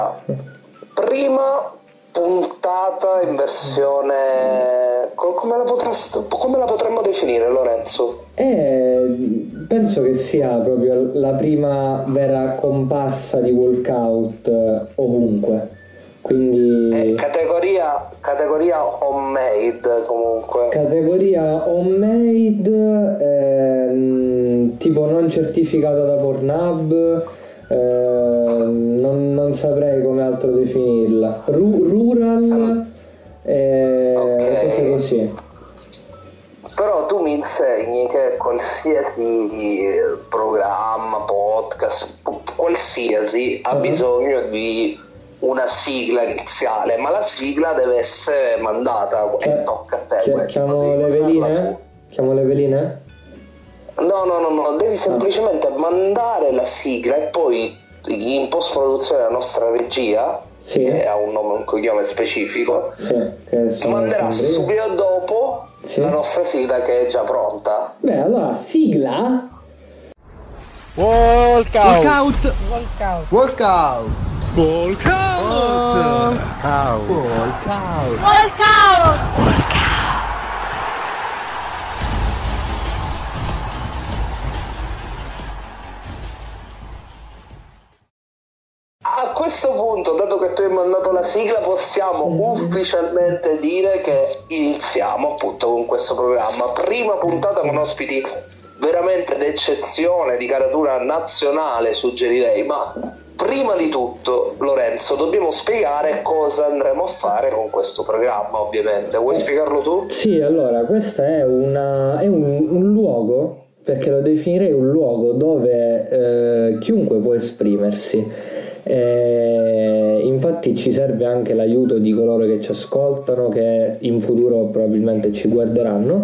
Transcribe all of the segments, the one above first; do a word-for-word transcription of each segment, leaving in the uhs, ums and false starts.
prima puntata in versione, come la, potresti, come la potremmo definire, Lorenzo? Eh, penso che sia proprio la prima vera comparsa di walkout ovunque, quindi eh, categoria, categoria homemade comunque, categoria homemade, ehm, tipo non certificata da Pornhub. Eh, non, non saprei come altro definirla. Ru- rural, eh, okay. Cose così. Però tu mi insegni che qualsiasi programma, podcast, qualsiasi ha uh-huh. bisogno di una sigla iniziale, ma la sigla deve essere mandata e eh, tocca a te. Chi- chiamo le veline? Chiamo le veline? No, no, no, no, devi semplicemente ah. mandare la sigla e poi in post-produzione la nostra regia, sì. che ha un nome, un cognome specifico, sì, che manderà subito dopo sì. la nostra sigla che è già pronta. Beh, allora, sigla? Walkout! Walkout! Walkout! Walkout! Walkout! Walkout! Walkout! Walkout! A questo punto, dato che tu hai mandato la sigla, possiamo ufficialmente dire che iniziamo appunto con questo programma. Prima puntata con ospiti veramente d'eccezione, di caratura nazionale, suggerirei, ma prima di tutto, Lorenzo, dobbiamo spiegare cosa andremo a fare con questo programma, ovviamente. Vuoi spiegarlo tu? Sì, allora, questo è, una, è un, un luogo, perché lo definirei un luogo dove eh, chiunque può esprimersi. Eh, infatti ci serve anche l'aiuto di coloro che ci ascoltano, che in futuro probabilmente ci guarderanno,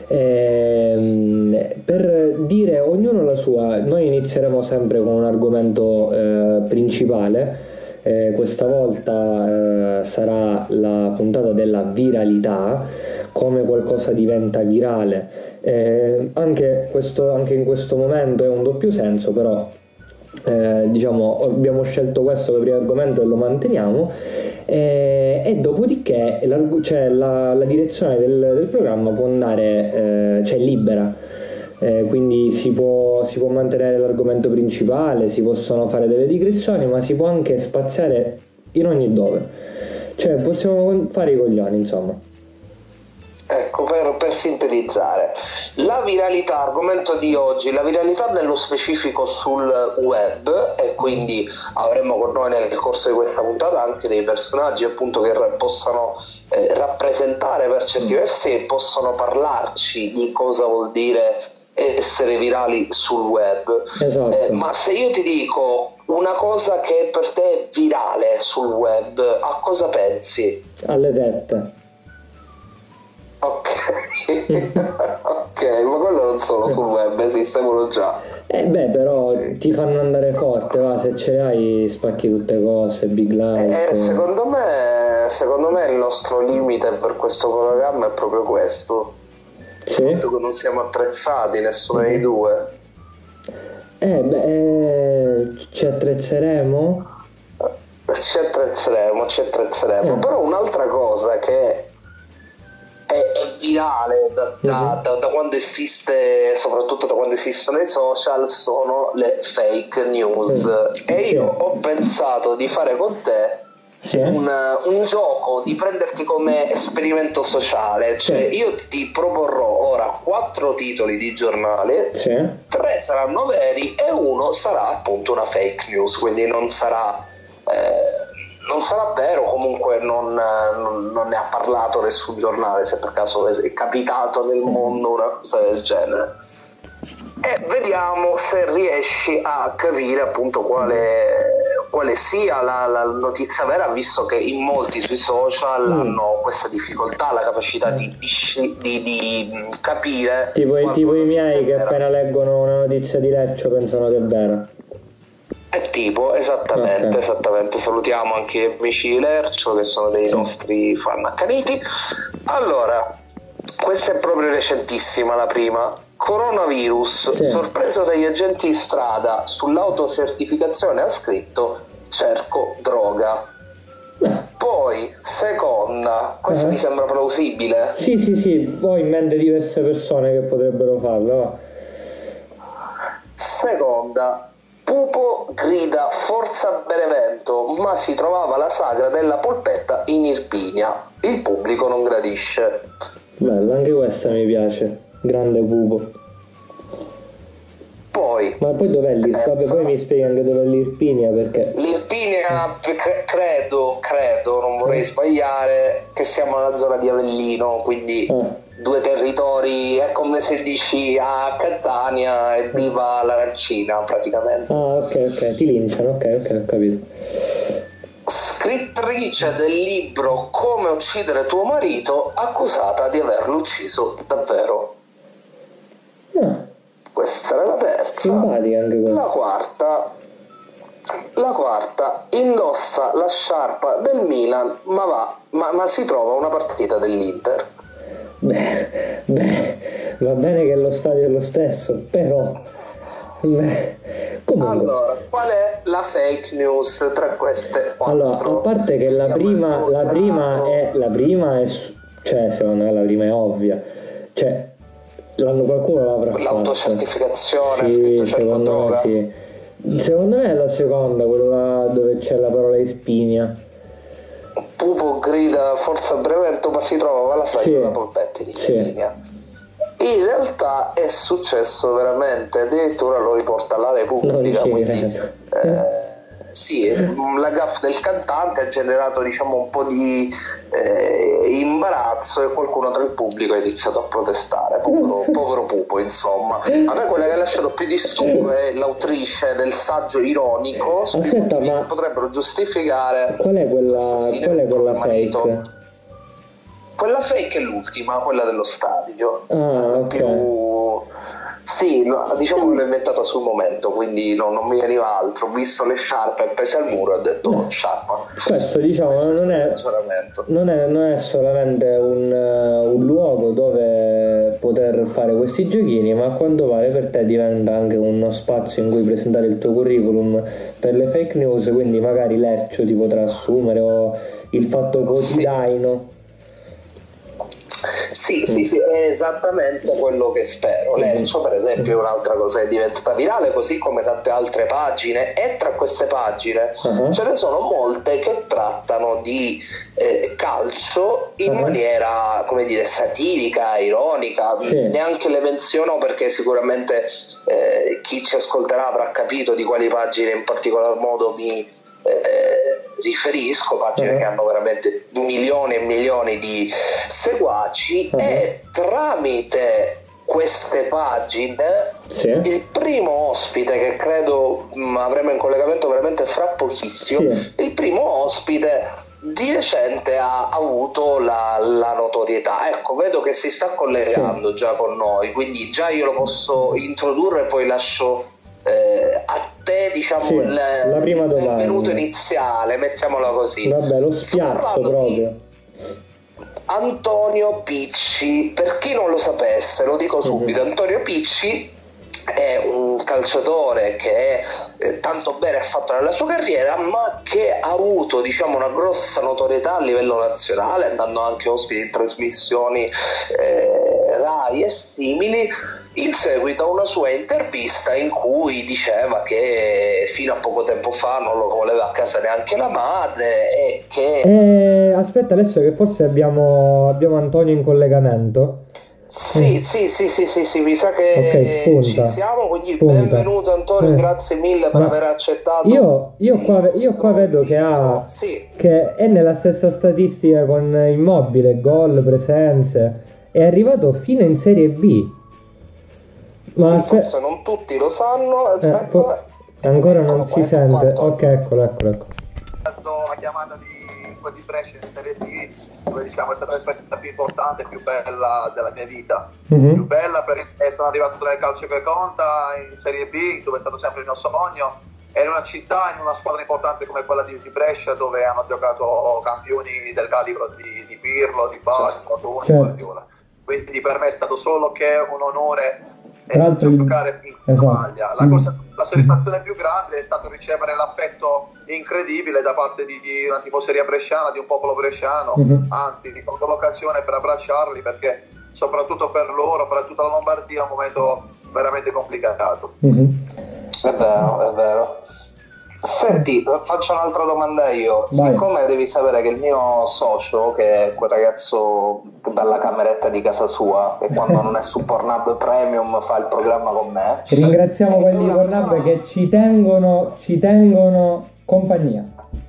eh, per dire ognuno la sua. Noi inizieremo sempre con un argomento eh, principale. Eh, questa volta eh, sarà la puntata della viralità, come qualcosa diventa virale. Eh, anche, questo, anche in questo momento è un doppio senso, però Eh, diciamo abbiamo scelto questo come primo argomento e lo manteniamo, eh, e dopodiché la, cioè, la, la direzione del, del programma può andare, eh, cioè libera, eh, quindi si può, si può mantenere l'argomento principale, si possono fare delle digressioni, ma si può anche spaziare in ogni dove, cioè possiamo fare i coglioni, insomma. Ecco, per, per sintetizzare, la viralità, argomento di oggi, la viralità nello specifico sul web, e quindi avremo con noi nel corso di questa puntata anche dei personaggi appunto che possano eh, rappresentare per certi versi e possono parlarci di cosa vuol dire essere virali sul web. Esatto. Eh, ma se io ti dico una cosa che per te è virale sul web, a cosa pensi? Alle tette. Ok, ok, ma quello non solo sul web, esistevano già. Eh beh, però ti fanno andare forte, va, se ce le hai spacchi tutte cose, big life. Eh, secondo me, secondo me il nostro limite per questo programma è proprio questo. Sì? Il fatto che non siamo attrezzati, nessuno dei due. Eh beh, eh, ci attrezzeremo? Ci attrezzeremo, ci attrezzeremo. Eh. Però un'altra cosa che È, è virale da, da, da, da quando esiste, soprattutto da quando esistono i social, sono le fake news. Sì. E io sì. ho pensato di fare con te sì. un, un gioco, di prenderti come esperimento sociale. Cioè sì. io ti proporrò ora quattro titoli di giornale, sì. tre saranno veri e uno sarà appunto una fake news, quindi non sarà eh, non sarà vero, comunque non, non, non ne ha parlato nessun giornale, se per caso è capitato nel mondo una cosa del genere. E vediamo se riesci a capire appunto quale, quale sia la, la notizia vera, visto che in molti sui social mm. hanno questa difficoltà, la capacità di, di, di, di capire. Tipo, tipo i miei che appena leggono una notizia di Leccio pensano che è vera. È tipo, esattamente, okay. esattamente. Salutiamo anche gli amici di Lercio che sono dei sì. nostri fan accaniti. Allora, questa è proprio recentissima, la prima. Coronavirus, sì. sorpreso dagli agenti di strada sull'autocertificazione, ha scritto: cerco droga. Poi, seconda, questo Eh. ti sembra plausibile? Sì, sì, sì, ho in mente diverse persone che potrebbero farlo. Va. Seconda, Pupo grida Forza Benevento, ma si trovava la sagra della polpetta in Irpinia. Il pubblico non gradisce. Bella, anche questa mi piace. Grande Pupo. Poi, Ma poi dov'è l'Irpinia? Vabbè, terza, poi mi spieghi anche dov'è l'Irpinia, perché... l'Irpinia, cre- credo, credo, non vorrei sbagliare, che siamo nella zona di Avellino, quindi Ah, due territori, è come se dici a Catania e viva l'arancina praticamente. ah, ok, ok, ti linciano, ok, ok, ho capito. Scrittrice del libro Come uccidere tuo marito, accusata di averlo ucciso davvero. Ah, Questa era la terza. simpatica anche La questa. quarta, la quarta indossa la sciarpa del Milan, ma va, ma, ma si trova una partita dell'Inter. Beh, beh, va bene che lo stadio è lo stesso, però... Beh, comunque... Allora, qual è la fake news tra queste quattro? Allora, a parte che la Abbiamo il prima, tuo la prima grado. è, la prima è, su- cioè, secondo me la prima è ovvia, cioè, l'hanno, qualcuno l'avrà fatto. L'autocertificazione, Sì, scritto cerco secondo me droga. sì. Secondo me è la seconda, quella là dove c'è la parola Irpinia. Pupo grida Forza Benevento, ma si trova la sagra Sì, della polpetta in sì. Irpinia. In realtà è successo veramente, addirittura lo riporta la Non Repubblica, ci quindi credo. eh, sì, la gaffe del cantante ha generato diciamo un po' di eh, imbarazzo e qualcuno tra il pubblico ha iniziato a protestare, povero, povero Pupo insomma. A me quella che ha lasciato più disturbo è l'autrice del saggio ironico su cui Aspetta, ma potrebbero giustificare qual è quella, l'assassinio qual è del quella proprio marito. fake? Quella fake è l'ultima, quella dello stadio. Ah, ok. Più... Sì, no, diciamo che l'ho inventata sul momento, quindi no, non mi veniva altro. Ho visto le sciarpe appese al muro e ho detto oh, sciarpa. Questo diciamo non è, non è, non è solamente un, uh, un luogo dove poter fare questi giochini, ma a quanto pare per te diventa anche uno spazio in cui presentare il tuo curriculum per le fake news, quindi magari Lercio ti potrà assumere o il Fatto Quotidiano. Sì, sì, sì, è esattamente quello che spero. Lercio, per esempio, è un'altra cosa che è diventata virale, così come tante altre pagine, e tra queste pagine Uh-huh. ce ne sono molte che trattano di eh, calcio in Uh-huh. maniera, come dire, satirica, ironica. Sì. Neanche le menziono perché sicuramente eh, chi ci ascolterà avrà capito di quali pagine in particolar modo mi eh, riferisco, pagine Uh-huh. che hanno veramente milioni e milioni di seguaci. Uh-huh. E tramite queste pagine Sì. il primo ospite che credo mh, avremo in collegamento veramente fra pochissimo, Sì. il primo ospite di recente ha avuto la, la notorietà. Ecco, vedo che si sta collegando già con noi, quindi già io lo posso introdurre e poi lascio eh, a te diciamo Sì, il, la prima il domanda. benvenuto iniziale, mettiamola così. Vabbè, lo Sto spiazzo parlando proprio. di Antonio Picci. Per chi non lo sapesse, lo dico subito, Mhm. Antonio Picci è un calciatore che eh, tanto bene ha fatto nella sua carriera, ma che ha avuto diciamo una grossa notorietà a livello nazionale, andando anche ospite in trasmissioni eh, Rai e simili, in seguito a una sua intervista in cui diceva che fino a poco tempo fa non lo voleva a casa neanche la madre e che Eh, aspetta adesso che forse abbiamo, abbiamo Antonio in collegamento. Sì, sì, sì, sì, sì, sì, mi sa che Ok, spunta. ci siamo, quindi Spunta. benvenuto Antonio, Eh. grazie mille per Ma aver accettato. Io, io, qua, io qua vedo che ha Sì, che è nella stessa statistica con Immobile, gol, presenze, è arrivato fino in Serie B. Ma sì, aspe- forse non tutti lo sanno, eh, aspetta. fo- ancora non Eccolo si qua, sente. ecco Ok, eccolo, eccolo, ecco. La chiamata di quel di Brescia in Serie B, dove diciamo è stata l'esperienza più importante e più bella della mia vita. Mhm. Più bella perché sono arrivato nel calcio che conta in Serie B, dove è stato sempre il mio sogno, e in una città, in una squadra importante come quella di, di Brescia, dove hanno giocato campioni del calibro di, di Pirlo, di Baggio, Rotoni, Certo. Guardiola. Quindi per me è stato solo che un onore Tra l'altro il- giocare in esatto. maglia. La, cosa, la soddisfazione più grande è stato ricevere l'affetto incredibile da parte di, di una tifoseria bresciana, di un popolo bresciano, mm-hmm. anzi ti colgo l'occasione per abbracciarli, perché soprattutto per loro, per tutta la Lombardia, è un momento veramente complicato. Mm-hmm. È vero, è vero. Senti, faccio un'altra domanda io. Vai. Siccome devi sapere che il mio socio, che è quel ragazzo dalla cameretta di casa sua, che quando non è su Pornhub Premium fa il programma con me. Ringraziamo quelli di Pornhub persona... che ci tengono, ci tengono compagnia.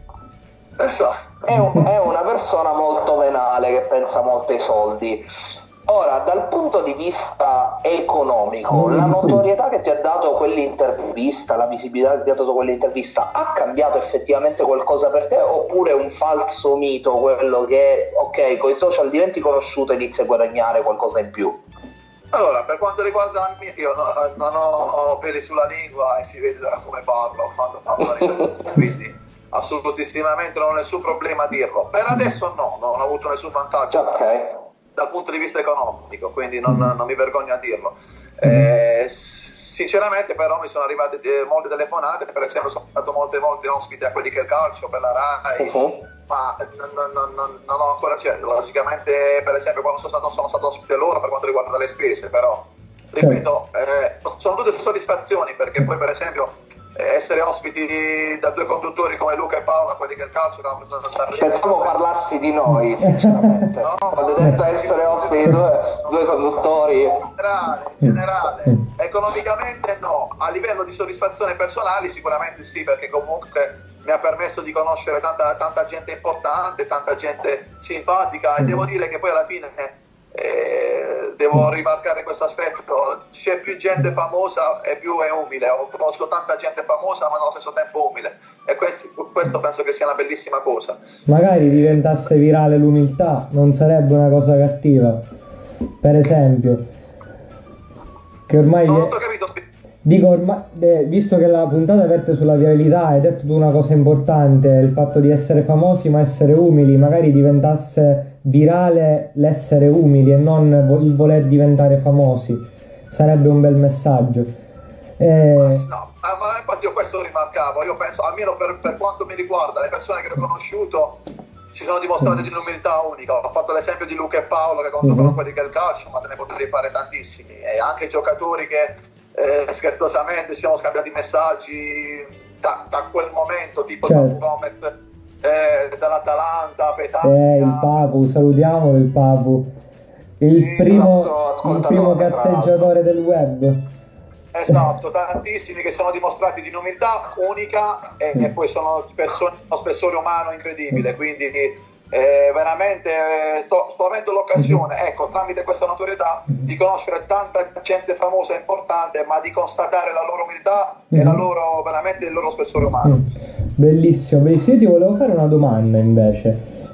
Esatto. È, un, è una persona molto venale, che pensa molto ai soldi. Ora, dal punto di vista economico, la notorietà che ti ha dato quell'intervista, la visibilità che ti ha dato quell'intervista, ha cambiato effettivamente qualcosa per te, oppure è un falso mito quello che, ok, con i social diventi conosciuto e inizi a guadagnare qualcosa in più? Allora, per quanto riguarda me, io no, non ho, ho peli sulla lingua e si vede da come parlo quando parlo l'intervista, quindi assolutissimamente non ho nessun problema a dirlo. Per adesso no, non ho avuto nessun vantaggio. Ok. Dal punto di vista economico, quindi non, non mi vergogno a dirlo. Eh, sinceramente però mi sono arrivate eh, molte telefonate, per esempio sono stato molte volte ospite a Quelli che è il calcio per la RAI, uh-huh. ma non, non, non, non ho ancora, cioè, logicamente per esempio quando sono stato, sono stato ospite loro per quanto riguarda le spese, però ripeto, eh, sono tutte soddisfazioni, perché poi per esempio essere ospiti da due conduttori come Luca e Paola, Quelli che il calcio, che hanno preso da Sanremo. Pensavo parlassi di noi, sinceramente. No, quando hai detto essere ospiti di due, due conduttori. In generale, in generale, economicamente no, a livello di soddisfazione personali sicuramente sì, perché comunque mi ha permesso di conoscere tanta, tanta gente importante, tanta gente simpatica, e devo dire che poi alla fine Eh, devo rimarcare questo aspetto: c'è più gente famosa e più è umile. Ho conosco tanta gente famosa ma allo stesso tempo umile, e questo, questo penso che sia una bellissima cosa. Magari diventasse virale l'umiltà, non sarebbe una cosa cattiva, per esempio, che ormai non è... ho capito. Dico, ormai, eh, visto che la puntata verte sulla viralità, hai detto tu una cosa importante, il fatto di essere famosi ma essere umili, magari diventasse virale l'essere umili e non il voler diventare famosi, sarebbe un bel messaggio. Eh... No, ma infatti io questo rimarcavo, io penso, almeno per, per quanto mi riguarda, le persone che ho conosciuto ci sono dimostrate di un'umiltà unica. Ho fatto l'esempio di Luca e Paolo che conducono uh-huh. Quelli che è il calcio, ma te ne potrei fare tantissimi, e anche giocatori che Eh, scherzosamente ci siamo scambiati messaggi da, da quel momento, tipo certo. Gomez eh, dall'Atalanta, Petagna, eh, il Papu, salutiamolo il Papu, il sì, primo, il primo cazzeggiatore del web. Esatto, tantissimi che sono dimostrati di un'umiltà unica e, mm. e poi sono persone, uno spessore umano incredibile, quindi Eh, veramente eh, sto, sto avendo l'occasione, ecco, tramite questa notorietà, di conoscere tanta gente famosa e importante, ma di constatare la loro umiltà mm. e la loro, veramente il loro spessore umano. Mm. Bellissimo, bellissimo. Io ti volevo fare una domanda invece.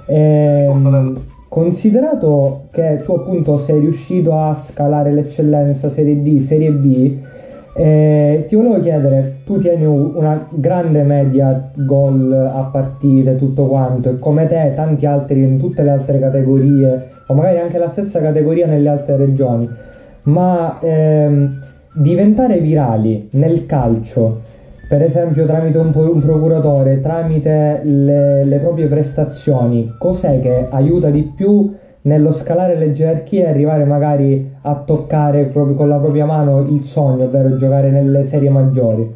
Ehm, considerato che tu appunto sei riuscito a scalare l'eccellenza Serie D, Serie B, Eh, ti volevo chiedere, tu tieni una grande media gol a partite, tutto quanto, e come te tanti altri in tutte le altre categorie, o magari anche la stessa categoria nelle altre regioni, ma ehm, diventare virali nel calcio, per esempio tramite un, un procuratore, tramite le, le proprie prestazioni, cos'è che aiuta di più nello scalare le gerarchie e arrivare magari a toccare proprio con la propria mano il sogno, ovvero giocare nelle serie maggiori?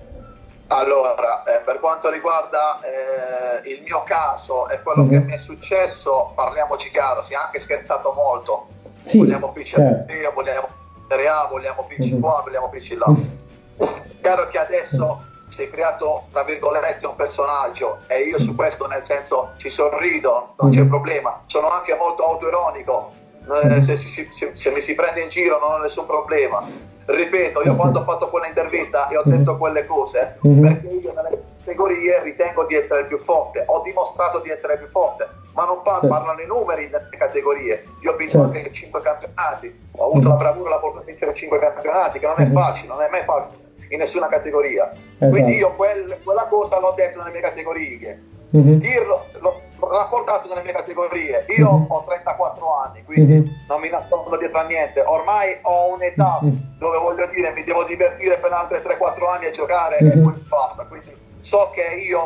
Allora, eh, per quanto riguarda eh, il mio caso e quello mm-hmm. che mi è successo, parliamoci chiaro, si è anche scherzato molto. Sì, vogliamo P C certo. vogliamo Serie A, vogliamo P C mm-hmm. qua, vogliamo P C là. Chiaro che adesso si è creato, tra virgolette, un personaggio, e io su questo, nel senso, ci sorrido, non c'è problema, sono anche molto autoironico, eh, se, se, se, se mi si prende in giro non ho nessun problema. Ripeto, io quando ho fatto quell'intervista e ho detto quelle cose, perché io nelle categorie ritengo di essere il più forte, ho dimostrato di essere il più forte, ma non par- parlano i numeri nelle categorie. Io ho vinto anche cinque campionati, ho avuto la bravura e la fortuna di vincere cinque campionati, che non è facile, non è mai facile in nessuna categoria. Esatto. Quindi io quel, quella cosa l'ho detto nelle mie categorie, mm-hmm. dirlo, l'ho, l'ho rapportato nelle mie categorie. Io mm-hmm. ho trentaquattro anni, quindi mm-hmm. non mi nascondo dietro a niente, ormai ho un'età mm-hmm. dove, voglio dire, mi devo divertire per altri tre quattro anni a giocare mm-hmm. e poi basta. Quindi so che io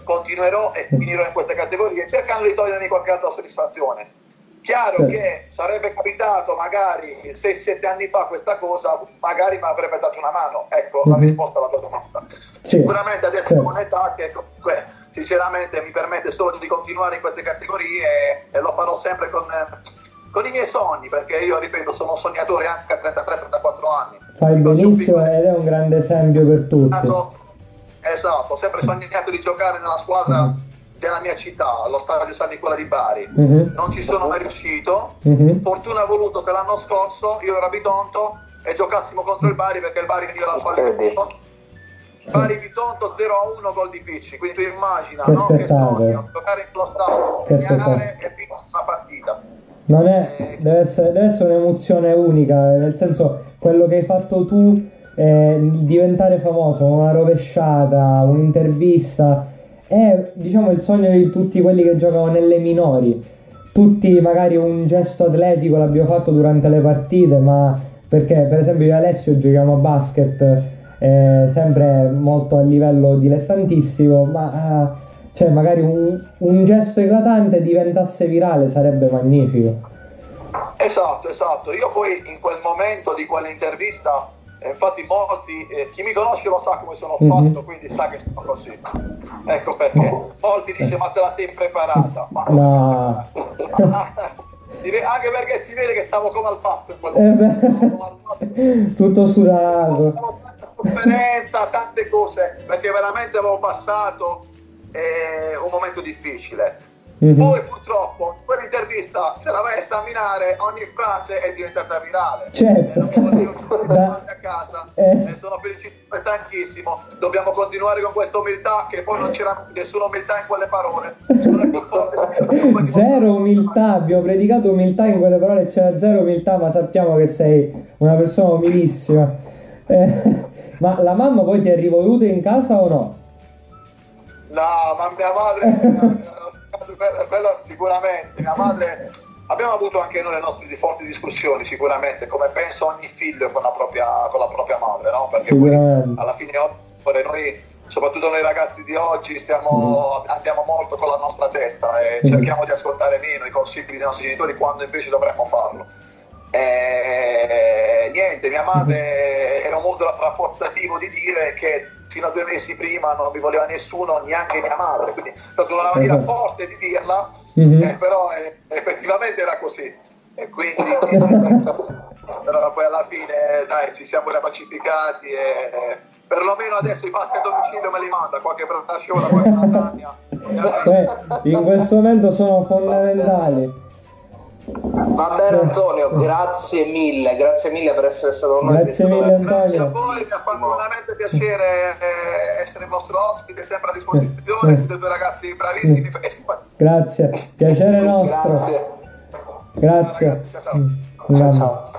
continuerò e finirò in queste categorie cercando di togliermi qualche altra soddisfazione. Chiaro Certo. che sarebbe capitato magari sei sette anni fa questa cosa, magari mi avrebbe dato una mano. Ecco la Mhm. risposta alla tua domanda. Sì, Sicuramente adesso certo. è un'età che comunque sinceramente mi permette solo di continuare in queste categorie e, e lo farò sempre con, eh, con i miei sogni, perché io ripeto sono un sognatore anche a trentatré trentaquattro anni. Fai Mi faccio un benissimo piccolo- ed è un grande esempio per tutti. Esatto, ho sempre sognato di giocare nella squadra della mia città, allo stadio San Nicola di Bari. Mhm. Non ci sono mai riuscito. Mhm. Fortuna ha voluto che l'anno scorso io ero a Bitonto e giocassimo contro il Bari, perché il Bari mi dio la palla. Vedi? Sì. Bari Bitonto zero a uno gol di Picci, quindi tu immagina, Che no? Che spettacolo. sogno, giocare in stadio, Che segnare spettacolo. e vincere una partita. Non è, deve essere, deve essere un'emozione unica, nel senso, quello che hai fatto tu, eh, diventare famoso, una rovesciata, un'intervista, è diciamo il sogno di tutti quelli che giocano nelle minori. Tutti magari un gesto atletico l'abbiamo fatto durante le partite, ma perché per esempio io e Alessio giochiamo a basket, eh, sempre molto a livello dilettantissimo, ma eh, cioè magari un, un gesto eclatante diventasse virale sarebbe magnifico. Esatto, esatto. Io poi in quel momento di quell'intervista, eh, infatti molti, eh, chi mi conosce lo sa come sono Mhm. fatto, quindi sa che sono così. Ecco perché. Molti dicono ma te la sei preparata. Ma... No. Si ve- Anche perché si vede che stavo come al pazzo in quel Eh momento. beh, Stavo come al pazzo. tutto sudato. Avevo tanta sofferenza, tante cose, perché veramente avevo passato eh, un momento difficile. Mhm. Poi purtroppo quell'intervista, se la vai a esaminare, ogni frase è diventata virale. Certo. E non potevo stare Da- davanti a casa, Eh. e sono felicissimo e stanchissimo. Dobbiamo continuare con questa umiltà, che poi non c'era nessuna umiltà in quelle parole. Sono più forte. Zero umiltà, abbiamo predicato umiltà in quelle parole, c'era zero umiltà, ma sappiamo che sei una persona umilissima. Eh, ma la mamma poi ti è rivoluta in casa o no? No, ma mia madre, quello sicuramente, mia madre, abbiamo avuto anche noi le nostre di forti discussioni sicuramente, come penso ogni figlio con la propria, con la propria madre, no? Perché poi Sicuramente. alla fine noi, soprattutto noi ragazzi di oggi, stiamo, andiamo molto con la nostra testa e Mm. cerchiamo di ascoltare meno i consigli dei nostri genitori quando invece dovremmo farlo. E, niente, mia madre era molto rafforzativo di dire che fino a due mesi prima non mi voleva nessuno, neanche mia madre, quindi è stata una maniera Esatto. forte di dirla, Mhm. eh, però eh, effettivamente era così. E quindi però poi alla fine dai, ci siamo riappacificati e eh, perlomeno adesso i pasti a domicilio me li manda, qualche brasciola, qualche lasagna. Eh, in questo momento sono fondamentali. Va bene Antonio, grazie mille, grazie mille per essere stato con noi. Grazie sei stato mille, veramente Grazie a Antonio. voi, mi ha fatto bellissimo. veramente piacere eh, essere il vostro ospite, sempre a disposizione, Eh. siete due ragazzi bravissimi e simpatici. Grazie, piacere nostro. Grazie. Grazie. Ciao, ciao. Mm, Ciao, grande. ciao.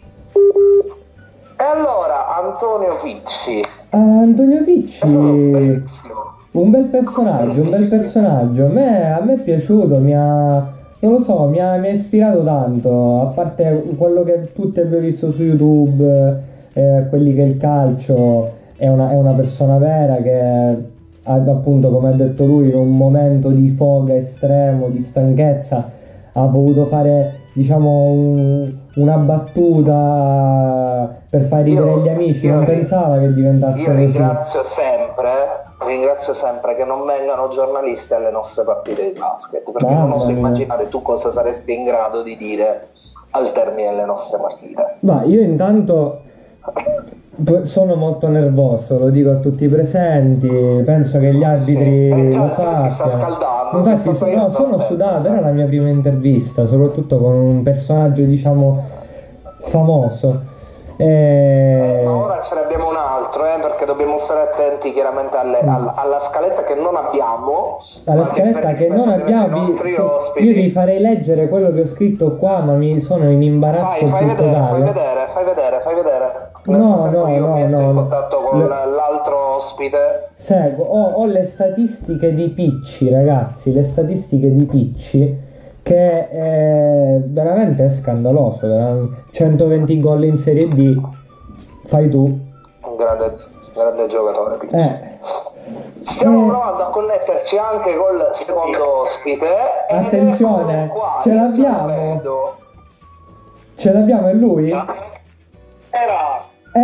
E allora Antonio Picci, Ah, Antonio è Picci, stato bellissimo. un bel personaggio, un bel personaggio. A me, a me è piaciuto, mi ha, non lo so, mi ha, mi ha ispirato tanto. A parte quello che tutti abbiamo visto su YouTube, eh, quelli che il calcio è una, è una persona vera che, ha, appunto, come ha detto lui, in un momento di foga estremo, di stanchezza, ha voluto fare, diciamo, un- una battuta per far ridere Io- gli amici. io Non ri- pensava che diventasse Io così. ringrazio sempre, ringrazio sempre che non vengano giornalisti alle nostre partite di basket, perché Mamma non oso mia. immaginare tu cosa saresti in grado di dire al termine delle nostre partite. Ma io intanto p- sono molto nervoso, lo dico a tutti i presenti, penso che gli arbitri Sì, eh, già, lo si sta sappiano. scaldando, Infatti si sta so- no, sono scaldando. sudato, era la mia prima intervista, soprattutto con un personaggio, diciamo, famoso. Eh, E... ma ora ce ne abbiamo un altro, eh, perché dobbiamo stare attenti chiaramente alle- alla, alla scaletta che non abbiamo. Alla ma scaletta per che non rispetto dei abbiamo, vi- nostri se- ospiti- io vi farei leggere quello che ho scritto qua, ma mi sono in imbarazzo Fai, fai più vedere, fai totale. vedere, fai vedere, fai vedere. Nel No, frattempo no, io no, mi metto no, in no. contatto con Le- l'altro ospite. Seguo, ho, ho le statistiche di Picci, ragazzi, le statistiche di Picci, che è veramente è scandaloso. veramente. centoventi gol in Serie D, fai tu. Un grande, grande giocatore. Picci. Eh, Stiamo Eh. provando a connetterci anche col secondo ospite. ed è Attenzione, quello qua, ce io l'abbiamo. lo vedo. Ce l'abbiamo, è lui? Era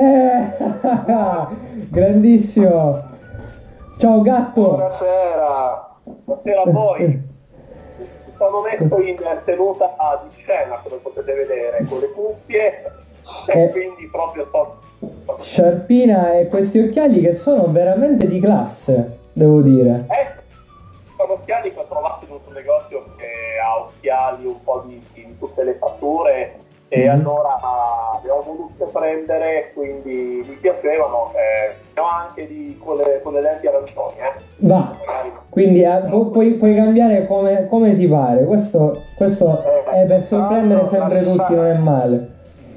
Eh, grandissimo. Ciao gatto. Buonasera. Buonasera a voi. Mi sono messo in tenuta di scena, come potete vedere, con le cuffie e Eh. quindi proprio sto... Sciarpina e questi occhiali che sono veramente di classe, devo dire. Eh, sono occhiali che ho trovato in un negozio che ha occhiali un po' di, di tutte le fatture e Mhm. allora le ho volute prendere, quindi mi piacevano. Eh, ne ho anche di, con, le, con le lenti arancioni, eh. Va, Magari... quindi eh, pu- puoi, puoi cambiare come, come ti pare. Questo, questo è per sorprendere sempre tutti, non è male.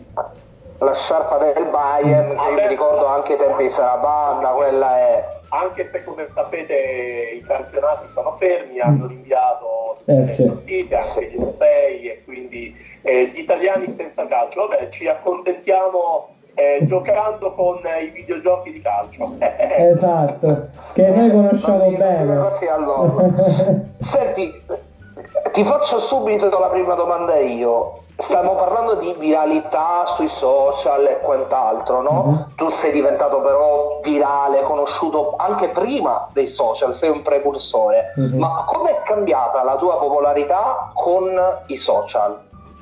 La sciarpa del Bayern, che io mi ricordo anche i tempi di Sarabanda, quella è... Anche se, come sapete, i campionati sono fermi, hanno rinviato tutte Eh, le sì. partite, anche gli europei, e quindi eh, gli italiani senza calcio. Vabbè, ci accontentiamo eh, giocando con eh, i videogiochi di calcio. Esatto, che noi conosciamo Non dire bene. così allora. Senti, ti faccio subito la prima domanda io. Stiamo parlando di viralità sui social e quant'altro, no? Mhm. Tu sei diventato però virale, conosciuto anche prima dei social, sei un precursore. Mhm. Ma com'è cambiata la tua popolarità con i social?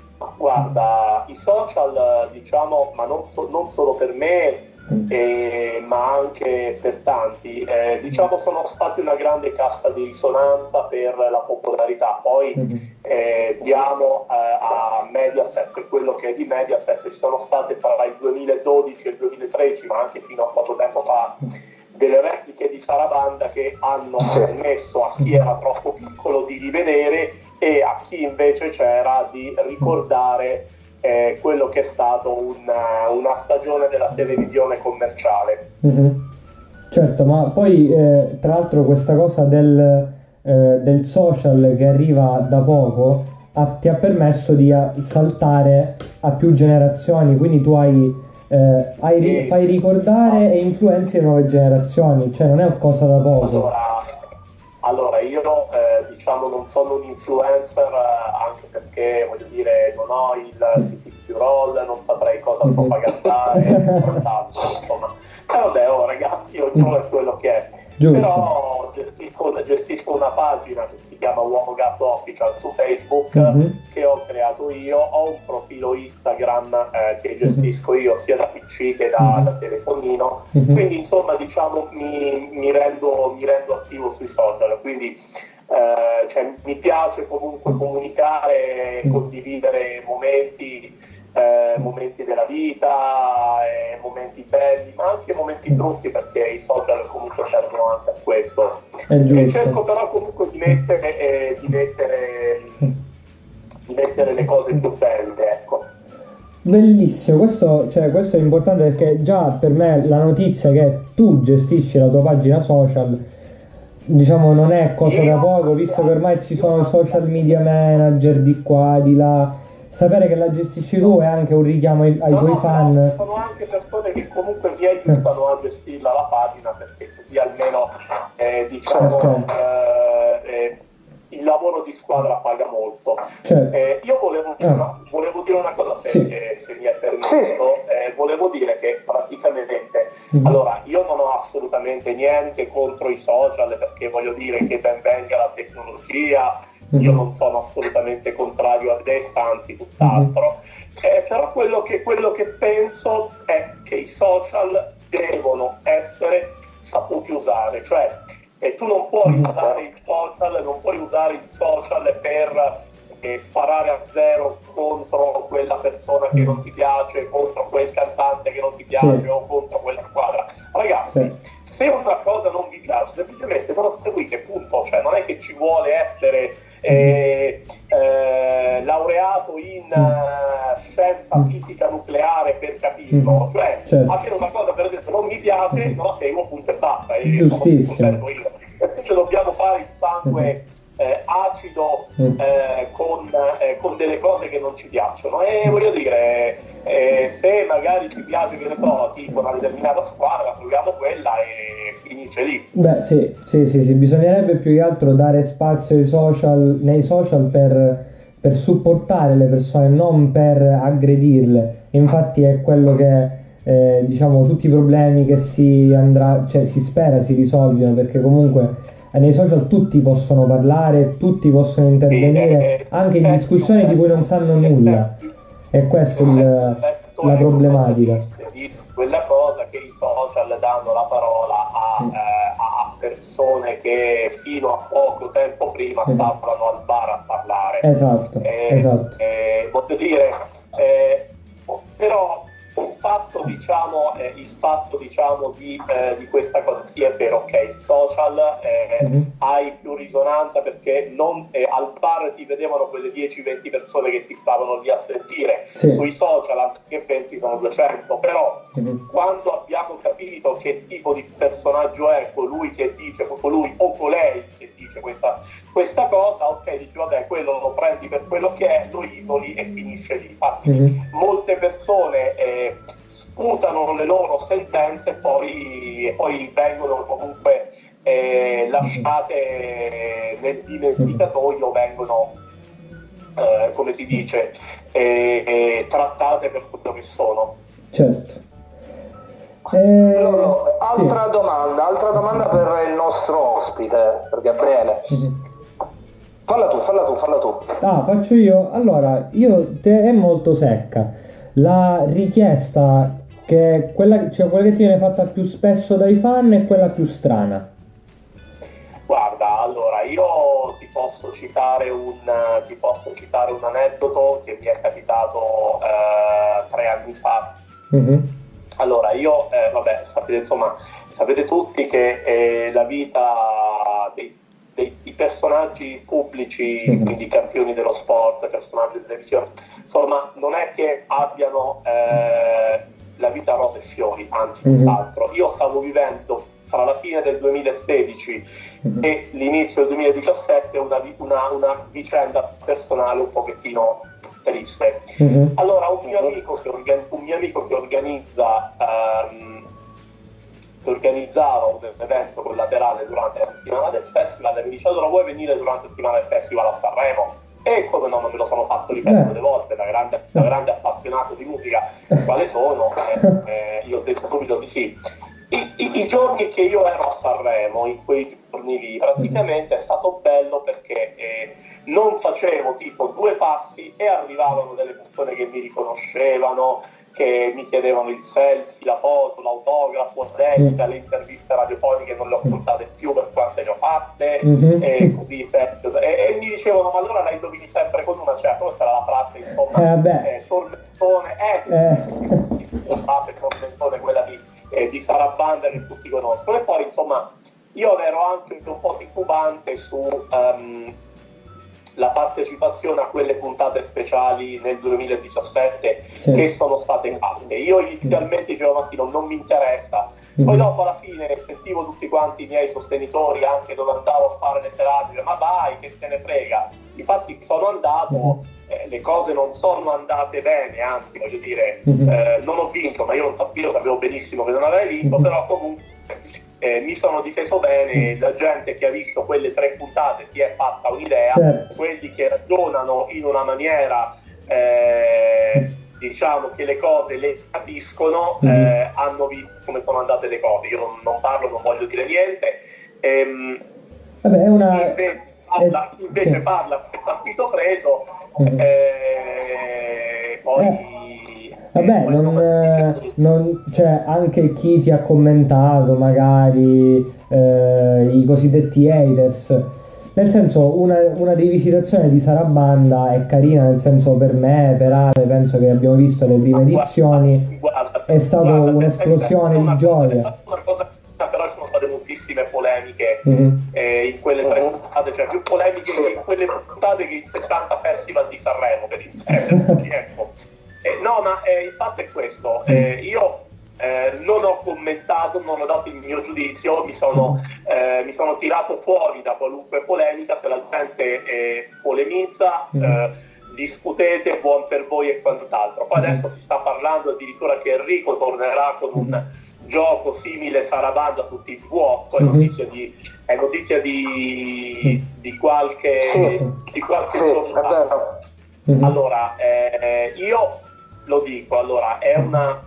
Guarda, i social, diciamo, ma non, so- non solo per me, eh, ma anche per tanti, eh, diciamo, sono stati una grande cassa di risonanza per la popolarità. Poi Mhm. eh, diamo eh, a Mediaset quello che è di Mediaset. Ci sono state fra il duemiladodici e il duemilatredici, ma anche fino a poco tempo fa, delle repliche di Sarabanda che hanno permesso a chi era troppo piccolo di rivedere e a chi invece c'era di ricordare eh, quello che è stato una, una stagione della televisione commerciale. Mhm. Certo, ma poi eh, tra l'altro questa cosa del, eh, del social che arriva da poco ha- ti ha permesso di a- saltare a più generazioni, quindi tu hai, eh, hai ri- Sì. fai ricordare e influenzi le nuove generazioni, cioè non è una cosa da poco. Allora, allora io eh, diciamo non sono un influencer, eh, anche perché voglio dire non ho il C C più roll, non saprei cosa Mhm. propagandare e quant'altro, insomma. Eh, vabbè, oh, ragazzi, ognuno è quello che è. Giusto. Però gestisco, gestisco una pagina che si chiama Uomo Gatto Official su Facebook, Mhm. che ho creato io. Ho un profilo Instagram eh, che gestisco io sia da P C che da, Mhm. da telefonino. Mhm. Quindi insomma diciamo mi, mi, rendo, mi rendo attivo sui social, quindi eh, cioè, mi piace comunque comunicare e condividere momenti, eh, momenti della vita, eh, momenti belli, ma anche momenti brutti, perché i social comunque servono anche a questo. È E giusto. cerco però comunque di mettere, eh, di mettere, di mettere le cose più belle, ecco. Bellissimo, questo, cioè, questo è importante perché già per me la notizia che tu gestisci la tua pagina social, diciamo, non è cosa da poco, visto che ormai ci sono social media manager di qua, di là. Sapere che la gestisci tu è anche un richiamo ai, ai No, tuoi no, fan. no, sono anche persone che comunque mi aiutano a gestirla la pagina, perché così almeno eh, diciamo Certo. eh, eh, il lavoro di squadra paga molto. Certo. Eh, io volevo dire, Ah. una, volevo dire una cosa, se, Sì. eh, se mi è permesso. Sì. Eh, volevo dire che praticamente, Mhm. allora, io non ho assolutamente niente contro i social, perché voglio dire che ben venga la tecnologia. Io Mhm. non sono assolutamente contrario a destra, anzi tutt'altro. Eh, però quello che, quello che penso è che i social devono essere saputi usare, cioè eh, tu non puoi Mhm. usare il social, non puoi usare il social per eh, sparare a zero contro quella persona che Mhm. non ti piace, contro quel cantante che non ti piace Sì. o contro quella squadra. Ragazzi, Sì. se una cosa non vi piace, semplicemente non la seguite, punto. Cioè non è che ci vuole essere eh, eh, laureato in eh, scienza fisica nucleare per capirlo. Mm. Cioè, Certo. a me una cosa per esempio non mi piace, non la seguo, punto e basta. E Giustissimo. sono contento io. Invece dobbiamo fare il sangue eh, acido Mm. eh, con, eh, con delle cose che non ci piacciono. E voglio dire, eh, se magari ci piace, che ne so, tipo una determinata squadra, proviamo quella e finisce lì. Beh sì, sì, sì, sì, bisognerebbe più che altro dare spazio ai social, nei social per, per supportare le persone, non per aggredirle. Infatti è quello che, eh, diciamo, tutti i problemi che si andrà, cioè si spera si risolvano, perché comunque eh, nei social tutti possono parlare, tutti possono intervenire, anche in discussioni di cui non sanno nulla. E questa è il, la problematica. Quella cosa che i social danno la parola a, eh, a persone che fino a poco tempo prima stavano al bar a parlare. Esatto, eh, esatto. Eh, voglio dire, eh, però il fatto, diciamo, eh, il fatto, diciamo, di, eh, di questa cosa, sì è vero, ok, il social eh, mm-hmm. hai più risonanza perché non, eh, al bar ti vedevano quelle dieci venti persone che ti stavano lì a sentire, sì. Sui social anche venti sono duecento, però mm-hmm. quando abbiamo capito che tipo di personaggio è colui che dice, colui o colei che dice questa, questa cosa, ok, dici vabbè, quello lo prendi per quello che è, lo isoli e finisce lì. Infatti mm-hmm. molte persone eh, sputano le loro sentenze e poi, e poi vengono comunque eh, lasciate nel dimenticatoio, vengono eh, come si dice eh, eh, trattate per quello che sono. Certo. Eh, no, no. Altra sì. domanda, altra domanda per il nostro ospite, per Gabriele. Mm-hmm. Falla tu, falla tu, falla tu. Ah, faccio io? Allora, io te è molto secca. La richiesta che quella, cioè quella che ti viene fatta più spesso dai fan è quella più strana. Guarda, allora io ti posso citare un ti posso citare un aneddoto che mi è capitato eh, tre anni fa. Mm-hmm. Allora, io eh, vabbè, sapete insomma, sapete tutti che eh, la vita dei Dei, i personaggi pubblici, mm-hmm. quindi campioni dello sport, personaggi di televisione, insomma non è che abbiano eh, la vita a rose e fiori, anzi mm-hmm. tutt'altro. Io stavo vivendo fra la fine del duemilasedici mm-hmm. e l'inizio del duemiladiciassette una, una, una vicenda personale un pochettino triste. Mm-hmm. Allora un mio amico che, organi- un mio amico che organizza um, che organizzava un evento collaterale durante la settimana del festival e mi dice allora vuoi venire durante la settimana del festival a Sanremo? E come no, non me lo sono fatto ripetere delle volte, da grande, da grande appassionato di musica quale sono, eh, eh, io ho detto subito di sì. I, i, I giorni che io ero a Sanremo, in quei giorni lì, praticamente è stato bello perché eh, non facevo tipo due passi e arrivavano delle persone che mi riconoscevano, che mi chiedevano il selfie, la foto, l'autografo, dedica, le interviste radiofoniche non le ho portate più per quante ne ho fatte, mm-hmm. e così e, e mi dicevano ma allora la indovini sempre con una, cioè questa era la frase insomma, eh, eh, tormentone, eh, eh. la frase tormentone, quella di, eh, di Sarabanda che tutti conoscono. E poi insomma io ero anche un po' titubante su um, la partecipazione a quelle puntate speciali nel duemiladiciassette, sì. che sono state fatte. Io inizialmente dicevo ma sì, non, non mi interessa, mm-hmm. poi dopo alla fine sentivo tutti quanti i miei sostenitori anche dove andavo a fare le serate, ma vai che te ne frega. Infatti sono andato, mm-hmm. eh, le cose non sono andate bene, anzi voglio dire, mm-hmm. eh, non ho vinto, ma io, non sapevo, io sapevo benissimo che non avrei vinto, mm-hmm. però comunque Eh, mi sono difeso bene. La gente che ha visto quelle tre puntate si è fatta un'idea, certo. Quelli che ragionano in una maniera eh, diciamo che le cose le capiscono, mm. eh, hanno visto come sono andate le cose. Io non, non parlo, non voglio dire niente. Ehm, Vabbè, è una... invece parla, invece sì. parla per partito preso, mm. eh, poi eh. Vabbè, non, non, cioè, anche chi ti ha commentato magari eh, i cosiddetti haters, nel senso una, una rivisitazione di Sarabanda è carina, nel senso per me, per Ale, penso che abbiamo visto le prime edizioni, guarda, è stata guarda, un'esplosione di gioia. Una cosa, però ci sono state moltissime polemiche mm-hmm. eh, in quelle tre puntate, cioè più polemiche in quelle puntate che in settanta festival di Sanremo per il tempo. Eh, no, ma eh, il fatto è questo, eh, io eh, non ho commentato, non ho dato il mio giudizio, mi sono, eh, mi sono tirato fuori da qualunque polemica. Se la gente eh, polemizza, eh, discutete, buon per voi e quant'altro. Poi adesso si sta parlando addirittura che Enrico tornerà con un gioco simile Sarabanda su T V otto, è notizia di, è notizia di, di qualche, sì. di qualche sì, giorno fa. Mm-hmm. Allora, eh, io lo dico, allora, è una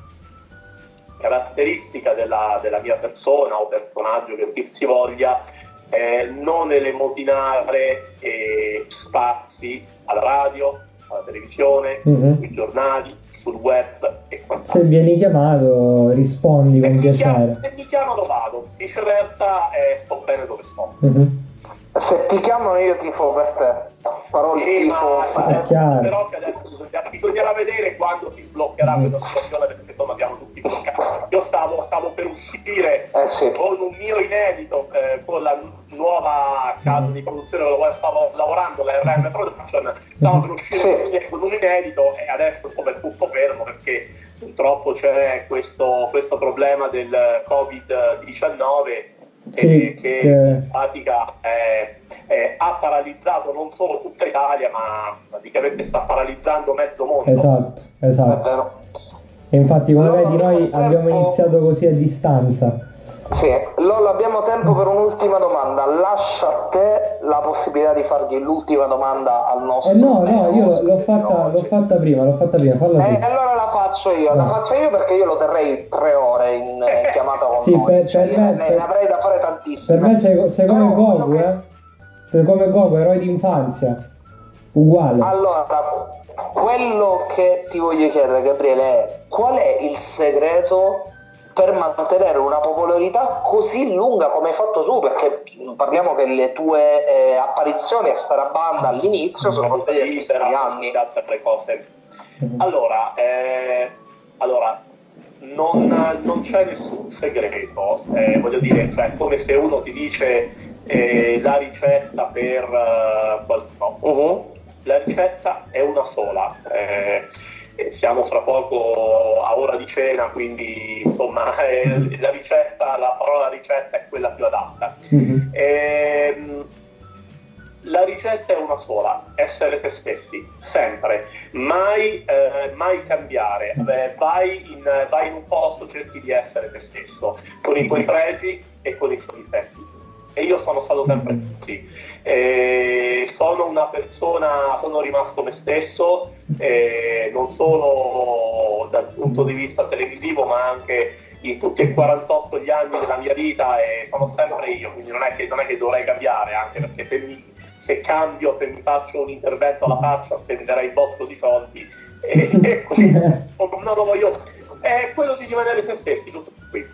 caratteristica della, della mia persona o personaggio che dir si voglia, eh, non elemosinare eh, spazi alla radio, alla televisione, mm-hmm. sui giornali, sul web e quant'altro. Se vieni chiamato rispondi con piacere. Se mi chiamano vado, viceversa eh, sto bene dove sto. Mm-hmm. Se ti chiamano io tifo per te, farò il Sì, tifo ma, per te. chiaro. però che adesso bisognerà, bisognerà vedere quando si sbloccherà Mm. questa situazione, perché insomma abbiamo tutti bloccati. Io stavo, stavo per uscire Eh sì. con un mio inedito, eh, con la nuova casa di produzione con la quale stavo lavorando, la R M Production, stavo per uscire Sì. con un inedito e adesso insomma, è tutto fermo perché purtroppo c'è questo, questo problema del covid diciannove Sì, eh, che che- in pratica eh, eh, ha paralizzato non solo tutta Italia ma praticamente sta paralizzando mezzo mondo. Esatto, È esatto. vero. E infatti come Allora, vedi noi abbiamo abbiamo tempo- iniziato così a distanza. Sì, Lola, abbiamo tempo per un'ultima domanda. Lascia a te la possibilità di fargli l'ultima domanda al nostro. Eh no, no, io l'ho ospite fatta, di l'ho oggi. fatta prima, l'ho fatta prima, falla Eh, tu. allora la faccio io, la No. faccio io perché io lo terrei tre ore in, in chiamata con Sì, noi. per- Cioè, per io me- ne, per- ne avrei da fare Per tantissime. me sei, sei come Però Goku, quello che- eh? Sei come Goku, eroe d'infanzia. Uguale. Allora, quello che ti voglio chiedere, Gabriele, è qual è il segreto per mantenere una popolarità così lunga come hai fatto tu? Perché parliamo che le tue eh, apparizioni a Sarabanda all'inizio sono state di altri anni. Tante altre cose. Mhm. Allora, eh, allora non, non c'è nessun segreto, eh, voglio dire, cioè come se uno ti dice eh, la ricetta per eh, qualcosa. Mhm. La ricetta è una sola, eh, e siamo fra poco a ora di cena, quindi insomma eh, la ricetta, la parola ricetta è quella più adatta. Mhm. Ehm, la ricetta è una sola, essere te stessi, sempre, mai, eh, mai cambiare. Eh, vai, in, vai in un posto, cerchi di essere te stesso, con i tuoi pregi e con i tuoi difetti. E io sono stato sempre così. Eh, sono una persona, sono rimasto me stesso, eh, non solo dal punto di vista televisivo, ma anche in tutti e quarantotto gli anni della mia vita, e sono sempre io, quindi non è che, non è che dovrei cambiare, anche perché se, mi, se cambio, se mi faccio un intervento alla faccia, spenderei il botto di soldi. E, e quindi non lo voglio. È quello di rimanere se stessi, tutto qui.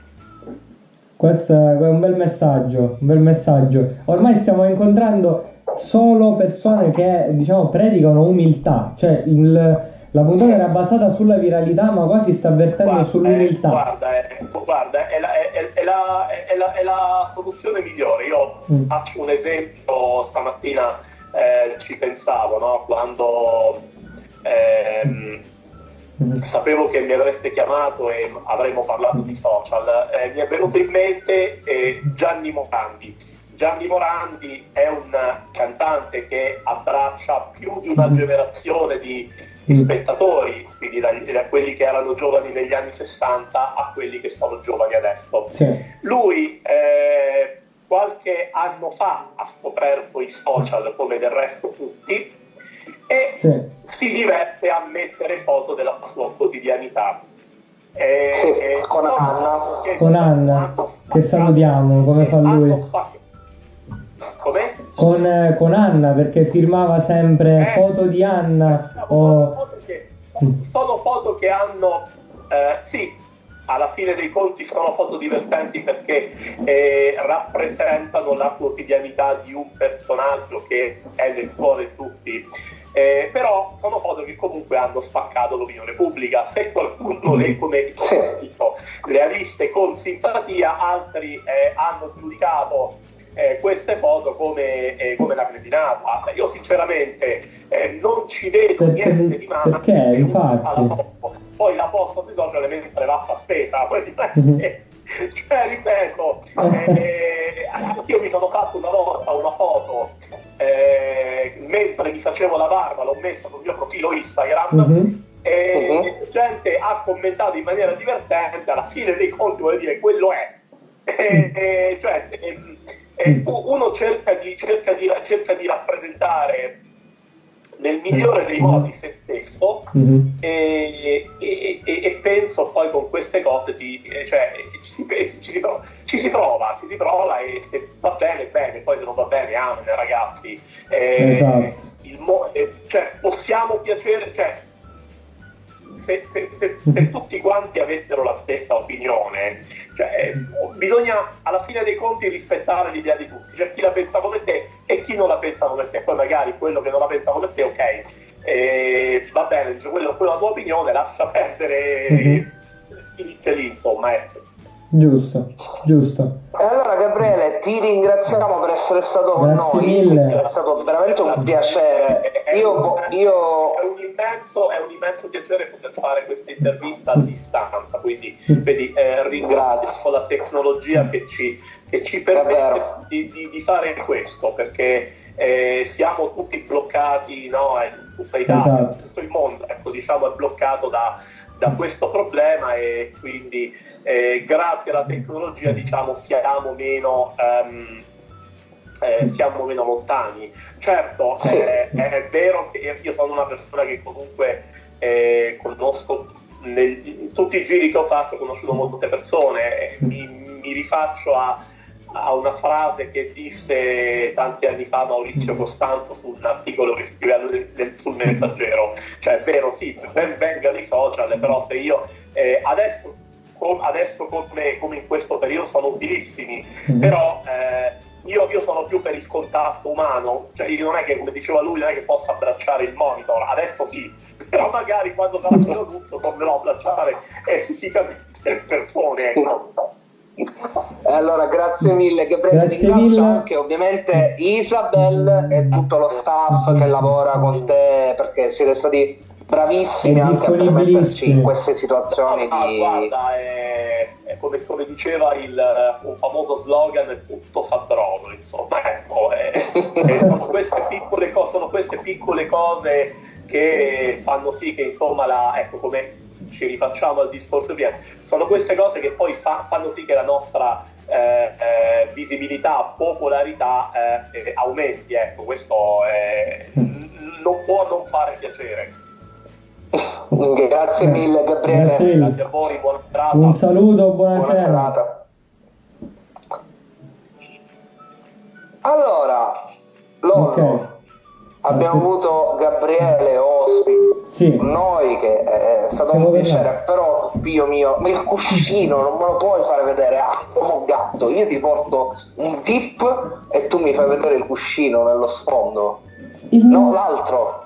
Questo è un bel messaggio, un bel messaggio. Ormai stiamo incontrando solo persone che, diciamo, predicano umiltà. Cioè, il, la puntata era basata sulla viralità, ma quasi sta avvertendo Guarda, sull'umiltà. eh, guarda, è, guarda è, la, è, è, la, è, la, è la soluzione migliore. Io Mm. faccio un esempio, stamattina eh, ci pensavo, no? Quando ehm, Mhm. sapevo che mi avreste chiamato e avremmo parlato di social, eh, mi è venuto in mente eh, Gianni Morandi. Gianni Morandi è un cantante che abbraccia più di una generazione di, di Mm. spettatori, quindi da, da quelli che erano giovani negli anni sessanta a quelli che sono giovani adesso. Sì. Lui eh, qualche anno fa ha scoperto i social, come del resto tutti, e Sì. si diverte a mettere foto della sua quotidianità. E, Sì, e- con no, Anna. che- Con Anna, che salutiamo, come fa lui. hanno spaccato- Come? Con, eh, con Anna, perché firmava sempre Eh. foto di Anna. Sono O... foto che, sono foto che hanno, eh, sì, alla fine dei conti sono foto divertenti perché eh, rappresentano la quotidianità di un personaggio che è nel cuore di tutti. Eh, però sono foto che comunque hanno spaccato l'opinione pubblica. Se qualcuno le, come dico, le ha viste con simpatia, altri eh, hanno giudicato eh, queste foto come, eh, come una cretinata. Io sinceramente eh, non ci vedo Perché- niente di male. perché, che uno infatti. fa la foto, poi la posto sui social mentre va a far spesa. Poi, Mhm. cioè, ripeto, eh, anch'io mi sono fatto una volta una foto eh, mentre mi facevo la barba, l'ho messa sul mio profilo Instagram. Mhm. e Uh-huh. gente ha commentato in maniera divertente, alla fine dei conti vuol dire quello è. E, e, cioè, e, e uno cerca di, cerca, di, cerca di rappresentare nel migliore dei modi se stesso, mm-hmm. e, e, e, e penso poi con queste cose ti, cioè, ci, si, ci, si prova, ci si prova, ci si prova e se va bene bene, poi se non va bene amen ragazzi. Eh, esatto. il mo- eh, cioè, possiamo piacere, cioè, se, se, se, se tutti quanti avessero la stessa opinione, cioè, bisogna alla fine dei conti rispettare l'idea di tutti, c'è chi la pensa come te e chi non la pensa come te, poi magari quello che non la pensa come te, ok, eh, va bene, dice, quello, quella è la tua opinione, lascia perdere, mm-hmm. finisce lì, insomma, ecco. Giusto, giusto. E allora Gabriele, ti ringraziamo per essere stato con Grazie noi, mille. è stato veramente un piacere. Io, io... È, un immenso, è un immenso piacere poter fare questa intervista a distanza, quindi vedi, eh, ringrazio la tecnologia che ci, che ci permette di, di, di fare questo, perché eh, siamo tutti bloccati, no? In tutta Italia, esatto. tutto il mondo, ecco, diciamo, è bloccato da, da questo problema e quindi eh, grazie alla tecnologia, diciamo, siamo meno... Um, Eh, siamo meno lontani. Certo, sì. eh, è vero che io sono una persona che comunque eh, conosco, nel, in tutti i giri che ho fatto ho conosciuto molte persone, eh, mi, mi rifaccio a, a una frase che disse tanti anni fa Maurizio Costanzo su un articolo che scriveva sul Messaggero, cioè è vero, sì, ben vengano i social, però se io eh, adesso, com, adesso come, come in questo periodo sono utilissimi, però eh, Io, io sono più per il contatto umano, cioè io non è che, come diceva lui, non è che possa abbracciare il monitor, adesso sì, però magari quando sarà finito tutto tornerò a abbracciare eh, fisicamente le persone. Ecco. E allora grazie mille Gabriele, Grazie ringrazio mille. anche ovviamente Isabel e tutto lo staff che lavora con te, perché siete stati bravissimi E anche a permetterci in disponibilissimi. queste situazioni Ah, di... guarda, è, è come, come diceva il, un famoso slogan, tutto fa brodo, insomma, ecco, è, è, sono, queste piccole cose, sono queste piccole cose che fanno sì che, insomma, la, ecco, come ci rifacciamo al discorso prima, sono queste cose che poi fa, fanno sì che la nostra eh, eh, visibilità, popolarità eh, aumenti, ecco, questo è, non può non fare piacere. Grazie mille Gabriele. Grazie mille. Grazie a voi, buona serata. Un saluto, buona, Buona serata. serata. Allora, Lollo, Ok. abbiamo Aspetta. avuto Gabriele ospite, Sì. noi che è stato Siamo un piacere, tornati. però Dio mio, ma il cuscino non me lo puoi fare vedere, ah, come un gatto, io ti porto un tip e tu mi fai vedere il cuscino nello sfondo. Il No, l'altro.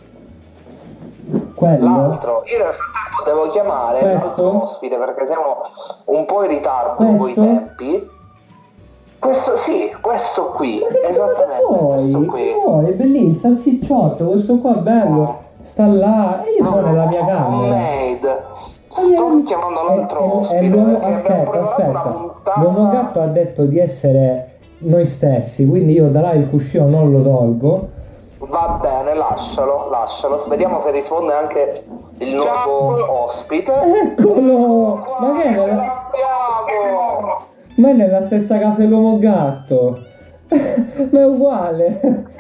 Quello? L'altro, io nel frattempo devo chiamare Questo? l'altro ospite perché siamo un po' in ritardo con i Questo? tempi. Questo sì, questo qui, Ma che esattamente, questo vuoi? qui. Che vuoi? È bellissimo, il salsicciotto, questo qua è bello, sta là, e io sono nella mia camera. Homemade. Sto chiamando l'altro E- e- e ospite l'uomo- perché abbiamo aspetta, preparato una aspetta, puntata. l'uomo gatto ha detto di essere noi stessi, quindi io da là il cuscino non lo tolgo. Va bene, lascialo, lascialo. Vediamo se risponde anche il nuovo Ciao. ospite. Eccolo! Ma che è Ce nella, l'abbiamo! ma è nella stessa casa dell'uomo gatto? Ma è uguale.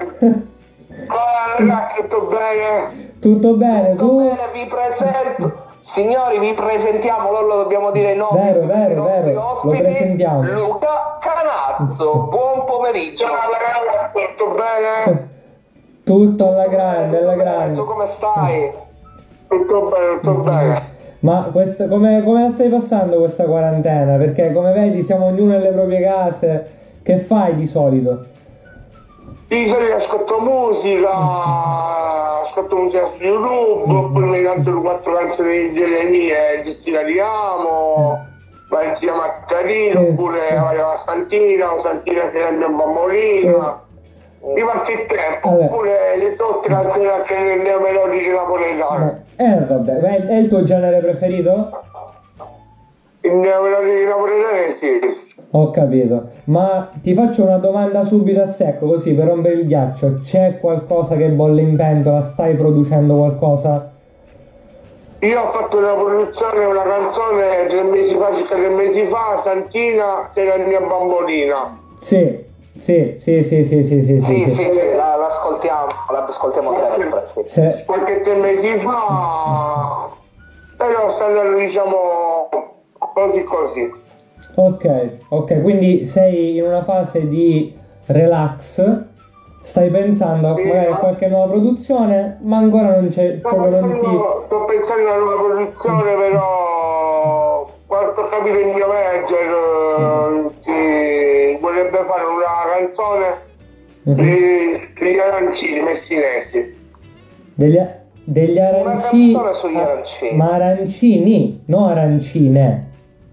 Ciao ragazzi, tutto bene? Tutto bene, Tutto tu? bene, vi presento. Signori, vi presentiamo, loro dobbiamo dire i nomi Vero, di tutti vero, i nostri vero, lo ospiti. presentiamo. Luca Canazzo, buon pomeriggio. Ciao ragazzi, tutto bene? Tutto alla grande, alla Tu grande. come stai? Tutto bene, tutto bene. Ma questo, come, come la stai passando questa quarantena? Perché come vedi siamo ognuno nelle proprie case. Che fai di solito? Di solito ascolto musica, ascolto musica su YouTube, oppure mi canto le quattro canzoni delle mie, ci stirariamo, vai insieme a Carino, Eh. oppure vai alla Santina, o Santina se ne andiamo a Bambolina. Di qualche tempo, Vabbè. oppure le tante canzoni anche nelle melodiche napoletane. Eh vabbè, ma è, è il tuo genere preferito? Il melodiche napoletane sì. Ho capito. Ma ti faccio una domanda subito a secco, così per rompere il ghiaccio. C'è qualcosa che bolle in pentola? Stai producendo qualcosa? Io ho fatto una produzione, una canzone tre mesi fa, circa tre mesi fa, Santina, sei la mia bambolina. Sì, sì, sì, sì, sì, sì, sì, Sì, sì, sì. sì, la, l'ascoltiamo, l'ascoltiamo sempre. Sì. Se- Qualche tre mesi fa, però sta andando, diciamo, così così. Ok, ok, quindi sei in una fase di relax, stai pensando a Sì. magari a qualche nuova produzione, ma ancora non c'è Sto proprio non ti... pensando, sto pensando a una nuova produzione, però quando ho capito il mio manager eh, che vorrebbe fare una canzone Mhm. di- degli arancini messinesi. Degli, degli arancini, canzone sugli ah, arancini. ma arancini, no arancine,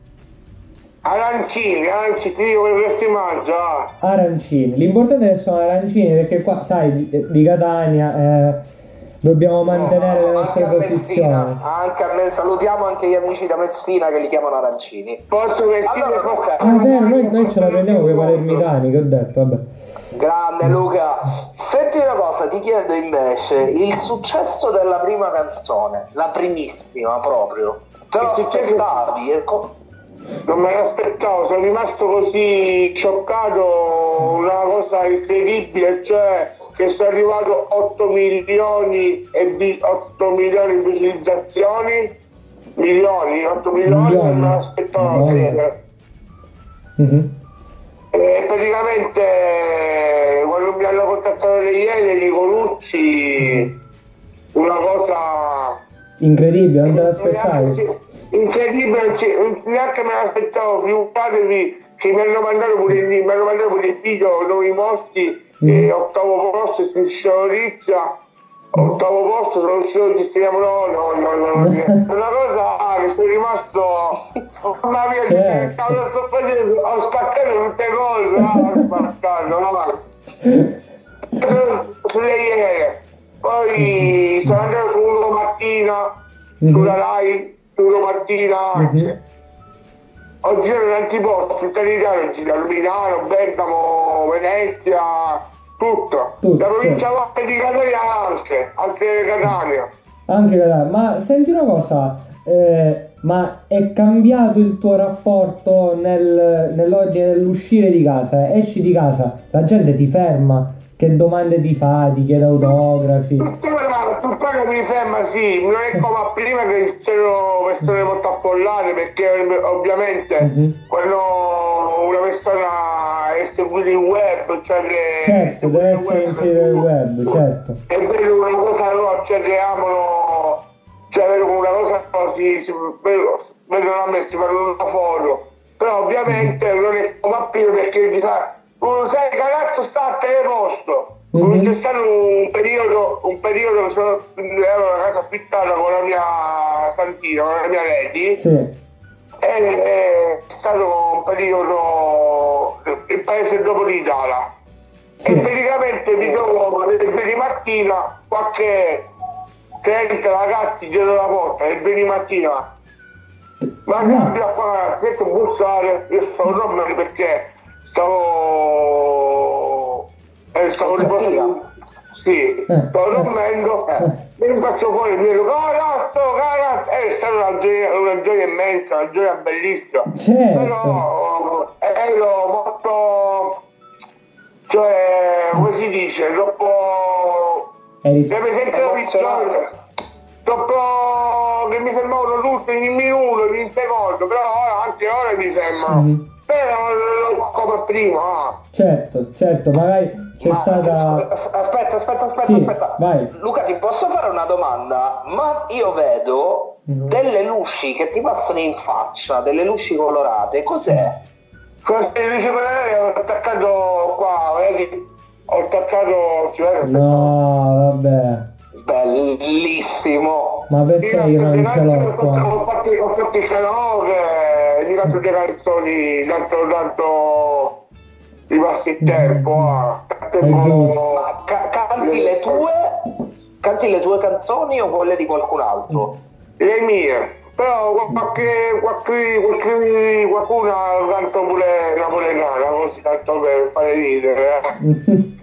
Arancini, arancini, ti dico quello che si mangia. arancini. L'importante è che sono arancini perché qua, sai, di, di Catania eh, dobbiamo mantenere le nostre Anche a posizioni. Messina, anche a me, salutiamo anche gli amici da Messina che li chiamano arancini. Posso vestire Allora, con... Luca, Ah, vero, noi, noi ce la prendiamo con i palermitani, che ho detto, vabbè. grande Luca. Senti una cosa, ti chiedo invece il successo della prima canzone, la primissima proprio. Te lo Il successo- aspettavi? E co- Non me l'aspettavo, sono rimasto così scioccato, una cosa incredibile, cioè che sono arrivato otto milioni e vi- otto milioni di visualizzazioni, milioni, otto milioni, non me l'aspettavo. Milioni. Sì. Mhm. E praticamente quando mi hanno contattato ieri di Colucci, una cosa Incredibile, non te l'aspettavi? incredibile, non ci- neanche me l'aspettavo, figuratevi che mi hanno mandato pure il, mi hanno mandato pure il video dove i mossi, Mm. eh, ottavo posto, si uscivano Rizia, ottavo posto, sono uscito e diciamo no, no, no, no, no. Una cosa che sono rimasto, mamma mia, Certo. stavo sto facendo, ho spaccato tutte cose, ah, ho spaccato, no. Sulle ieri, poi sono andato su Uno Mattina, Mhm. sulla Rai, su Uno Mattina anche. Mhm. Ho girato tanti posti, tutta l'Italia, ho girato Milano, Bergamo, Venezia, tutto. Tutto, La provincia Valle di Catania anche, anche Catania. Anche Catania. Ma senti una cosa, eh, ma è cambiato il tuo rapporto nel, nell'ordine dell'uscire di casa? Esci di casa, la gente ti ferma, che domande ti fa, ti chiede autografi. Tuttora, tuttora mi sembra sì, non è come a prima che c'erano persone molto affollate, perché ovviamente Mhm. quando una persona è seguita in web, cioè che Certo, deve essere inserito nel web, certo. è vero una cosa no, cioè creavano, cioè vedo una cosa così, si, vedo, vedono a me si fanno una foto, però ovviamente non è come a prima perché ti sa, oh, sai cazzo sta a teleposto. Mhm. C'è stato un periodo, un periodo che sono, ero una casa affittata con la mia Santina, con la mia Lady, Sì. e è stato un periodo, il paese dopo l'Italia. Sì. E praticamente mi trovo alle due di mattina qualche cliente ragazzi dietro la porta alle due di mattina ma Mm. cambia qua, detto bussare, io stavo dormendo perché stavo eh, stavo riposando, sì, stavo dormendo, e mi faccio fuori il mio cazzo, cazzo, è stata una gioia, una gioia immensa, una gioia bellissima, Certo. però ero molto, cioè, come si dice, troppo, Eri... deve sempre la visione, troppo che mi sembravano tutti in un minuto, in un secondo, però ora, anche ora mi sembrano, Mhm. però non come prima. Ah. Certo, certo, magari c'è Ma- stata... Aspetta, aspetta, aspetta, Sì, aspetta. vai. Luca, ti posso fare una domanda? Ma io vedo Mhm. delle luci che ti passano in faccia, delle luci colorate, cos'è? Queste luci colorate ho attaccato qua, vedi? Ho attaccato, ci vede? No, vabbè. Bellissimo. Ma perché io non ce l'ho qua? Ho fatto, ho fatto il karaoke, di canto delle canzoni, tanto, tanto di passi il tempo. Ah. È giusto. Ma ca- canti le tue? Canti le tue canzoni o quelle di qualcun altro? Le mie, però qualche, qualche, qualche, qualcuna canto pure napoletana, così tanto per fare ridere. Eh.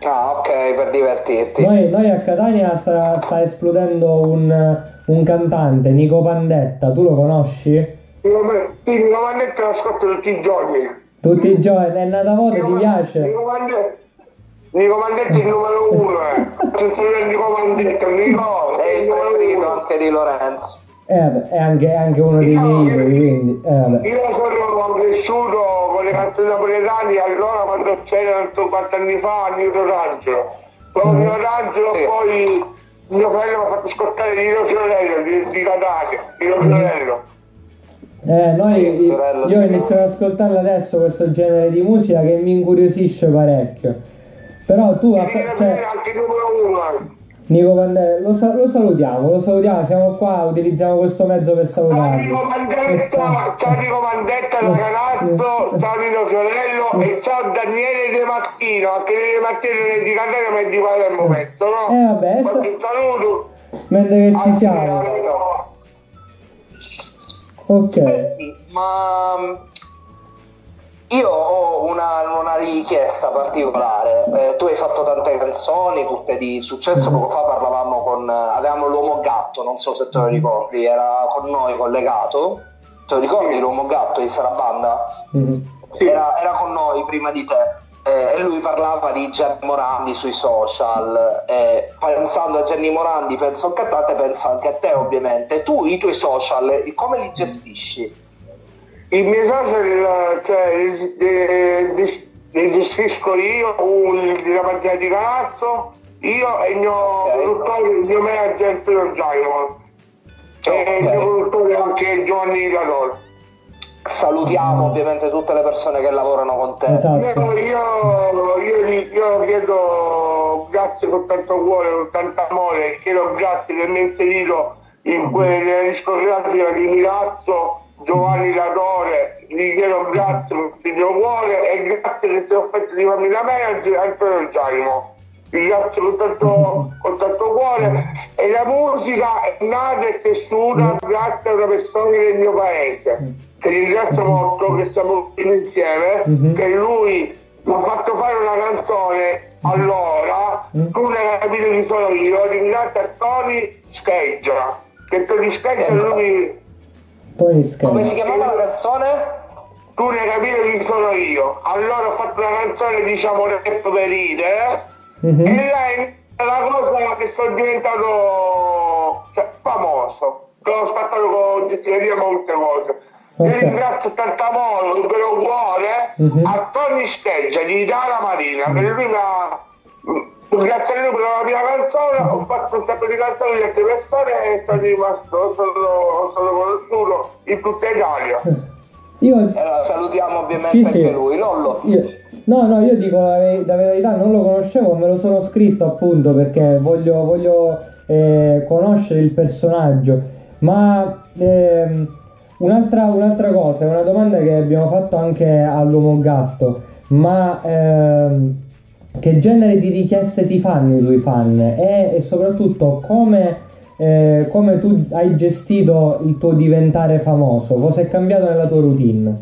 Ah, ok, per divertirti. Noi, noi a Catania sta, sta esplodendo un, un cantante, Nico Pandetta, tu lo conosci? Nico Pandetta lo ascolto tutti i giorni. Tutti i giorni, è nata voto, ti piace? Nico Pandetta, Nico Pandetta è il numero uno, eh. Nico Pandetta, Nico, è il preferito anche di Lorenzo. Eh, vabbè, è anche, è anche uno dei miei idoli, quindi eh, vabbè. Io sono cresciuto con le canzoni napoletane, allora quando c'era quattro anni fa a Nino D'Angelo. Poi Mm. Nino D'Angelo, Sì. poi mio fratello mi ha fatto ascoltare Nino Fiorello di, di Catania, Nino Fiorello. Eh, noi, Sì, Fiorello, io ho sì. iniziato ad ascoltarlo adesso, questo genere di musica che mi incuriosisce parecchio. Però tu, E a- Nino cioè, Fiorello anche il numero uno. Nico Pandetta, lo, sa- lo salutiamo, lo salutiamo, siamo qua, utilizziamo questo mezzo per Ciao salutarlo. Nico Mandetta, ciao Nico Mandetta da Canazzo, ciao Nino Fiorello e ciao Daniele De Martino, anche De Martino di Catania ma è di Palermo momento, no? Eh vabbè, Qualche sa- saluto. mentre che ci siamo. Ok. Senti, ma io ho una, una richiesta particolare. Eh, tu hai fatto tante canzoni, tutte di successo. Poco fa parlavamo con, avevamo l'Uomo Gatto, non so se te lo ricordi, era con noi collegato. Te lo ricordi l'Uomo Gatto di Sarabanda? Mhm. Era, era con noi prima di te. Eh, e lui parlava di Gianni Morandi sui social. Eh, pensando a Gianni Morandi penso anche a te, penso anche a te ovviamente. Tu i tuoi social come li gestisci? I miei social, cioè, li, li- li- li gestisco io, un- la pagina di Canazzo, io e il mio Ok. produttore, il mio manager Piero Giacomo. E il Ok. mio produttore anche Giovanni Lador. Salutiamo ovviamente tutte le persone che lavorano con te. Esatto. Io, io, io, gli- io chiedo grazie con tanto cuore, con tanto amore, chiedo grazie che mi ha inserito in quella discografica di Milazzo, Giovanni Latore, gli chiedo grazie per il mio cuore e grazie che sei offerto di farmi da manager anche per Giacomo. Vi ringrazio con tanto, con tanto cuore e la musica è nata e cresciuta grazie a una persona del mio paese. Che ringrazio molto, che siamo qui insieme, Mhm. che lui mi ha fatto fare una canzone allora, tu non hai capito chi sono io, ringrazio a Tony Scheggia, che Tony Scheggia lui, Tony Come Scheggia. si chiamava la canzone? tu non hai capito chi sono io, allora ho fatto una canzone diciamo rap per ridere, Mhm. e lei è la cosa che sono diventato cioè, famoso, che ho scattato con gestione molte cose. Ok. Io ringrazio tanto amore, un vero cuore Mhm. a Tony Scheggia di Italia Marina, perché lui mi ha grazie a lui per la mia canzone ho fatto un sacco di canzoni di altre persone e sono rimasto, sono, sono conosciuto in tutta Italia. Io, Allora, salutiamo ovviamente Sì, anche sì. lui. Lollo, io- no, no, io dico la, ve- la verità, non lo conoscevo, me lo sono scritto appunto perché voglio, voglio eh, conoscere il personaggio. Ma ehm, un'altra, un'altra cosa, è una domanda che abbiamo fatto anche all'Uomo Gatto, ma ehm, che genere di richieste ti fanno i tuoi fan e, e soprattutto come, eh, come tu hai gestito il tuo diventare famoso, cosa è cambiato nella tua routine?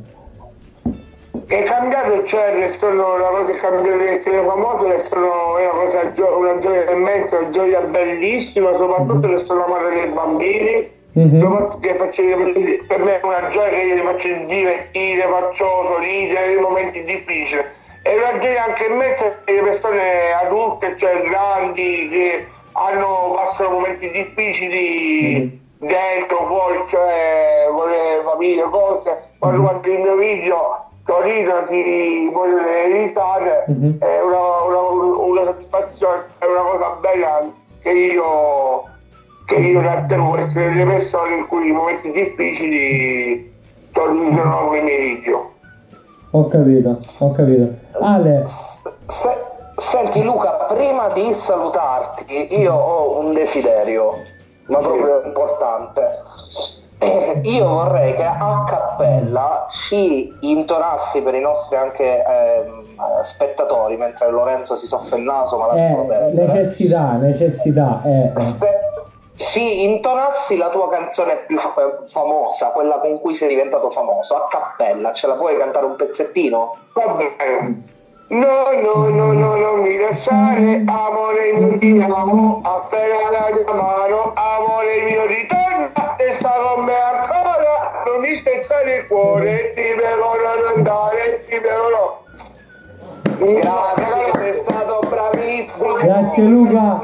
È cambiato, cioè restano la cosa che è cambiata di essere famoso, restano è una cosa gio- una gioia immensa, una gioia bellissima, soprattutto che sono amato dei bambini. Mhm. Soprattutto che faccio, per me è una gioia che io li faccio divertire, faccio sorridere nei momenti difficili. È una gioia anche immensa per le persone adulte, cioè grandi, che hanno, passano momenti difficili dentro, fuori, cioè con le famiglie, cose. Quando guardo il mio video, sorrido, si vogliono le risate, Mhm. è una, una, una soddisfazione, è una cosa bella che io, che io devo essere le persone in cui i momenti difficili sorridono con i miei video. Ho capito, ho capito. Ale, se- senti Luca, prima di salutarti, io ho un desiderio, ma proprio importante. Eh, Io vorrei che a cappella ci intonassi per i nostri anche ehm, spettatori, mentre Lorenzo si soffre il naso, ma lascialo eh, perdere. necessità, necessità, eh, eh. Se ci intonassi la tua canzone più fa- famosa, quella con cui sei diventato famoso, a cappella, ce la puoi cantare un pezzettino? Va bene. No, no, no, no, non mi lasciare, amore mio ti amo, appena la mia mano, amore mio ritorna e sta con me ancora, non mi spezzare il cuore, ti prego non andare, ti prego no. Grazie, sei stato bravissimo. Grazie Luca.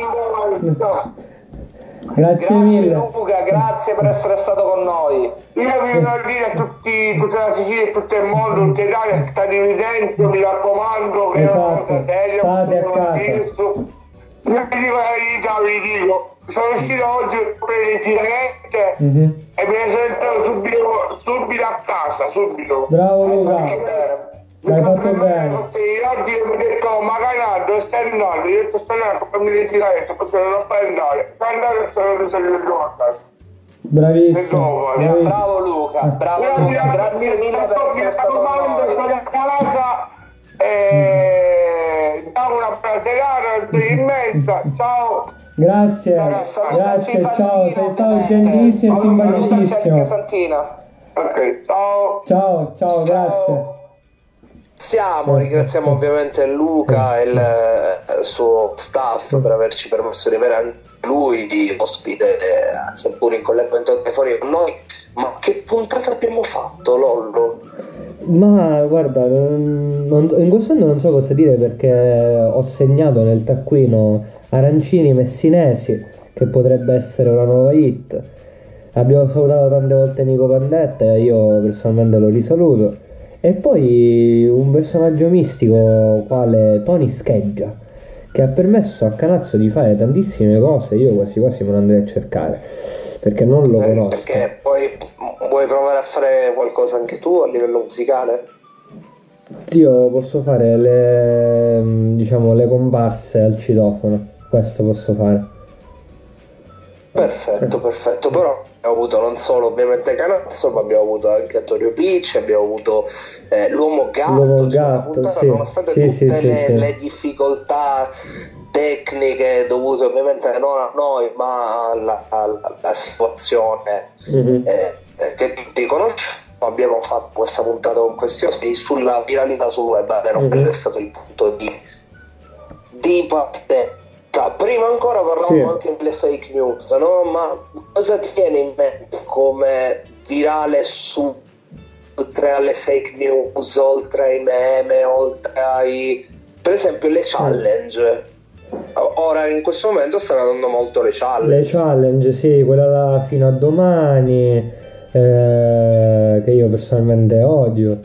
Grazie, grazie mille. Luca, grazie per essere stato con noi. Io vi voglio dire a tutti, tutta la Sicilia e tutto il mondo, tutta Italia, state ridendo, mi raccomando, che Esatto. è una cosa seria. State a casa. Io vi dico la verità, vi dico, sono uscito oggi per prendere le sigarette Mm-hmm. e me ne sono entrato subito, subito a casa, subito. Bravo Luca. L'hai fatto bene. Oggi mi ho detto, ma Canardo, stai andando, io ho detto, stai andando a comprarmi le sigarette, perché non lo fai andare. Stai andando e sono risalito a casa. Bravissimo. Eh, Bravissimo. bravo Luca, bravo Luca, grazie mille per essere stato con noi. A casa e diamo una buona serata, sei immensa, ciao. Grazie, grazie, ciao, sei stato gentilissimo e simpaticissimo. Santina. Ok, ciao. Ciao, ciao, grazie. Ringraziamo, ringraziamo ovviamente Luca e il eh, suo staff per averci permesso di avere anche lui di ospite, eh, seppur in collegamento telefonico con noi. Ma che puntata abbiamo fatto, Lollo? Ma guarda, non- non- in questo momento non so cosa dire perché ho segnato nel taccuino arancini messinesi, che potrebbe essere una nuova hit. Abbiamo salutato tante volte Nico Pandetta e io personalmente lo risaluto. E poi un personaggio mistico quale Tony Scheggia, che ha permesso a Canazzo di fare tantissime cose. Io quasi quasi me lo andrei a cercare perché non lo Eh, conosco. perché poi vuoi provare a fare qualcosa anche tu a livello musicale? Io posso fare le, diciamo, le comparse al citofono, questo posso fare. Perfetto, perfetto, però abbiamo avuto non solo ovviamente Canazzo, ma abbiamo avuto anche Antonio Picci, abbiamo avuto eh, l'Uomo Gatto, L'Uomo cioè, una Gatto, puntata, sì. nonostante Sì, tutte sì, sì, le, sì. le difficoltà tecniche dovute ovviamente non a noi, ma alla, alla- alla situazione Mhm. eh, eh, che tutti conosciamo. Abbiamo fatto questa puntata con questioni sulla viralità sul web, almeno Mhm. quello è stato il punto di, di partenza. Prima ancora parlavamo Sì. anche delle fake news, no? Ma cosa ti viene in mente come virale su, oltre alle fake news, oltre ai meme, oltre ai, per esempio, le challenge? Ora in questo momento stanno andando molto le challenge. Le challenge, sì, quella là fino a domani, eh, che io personalmente odio.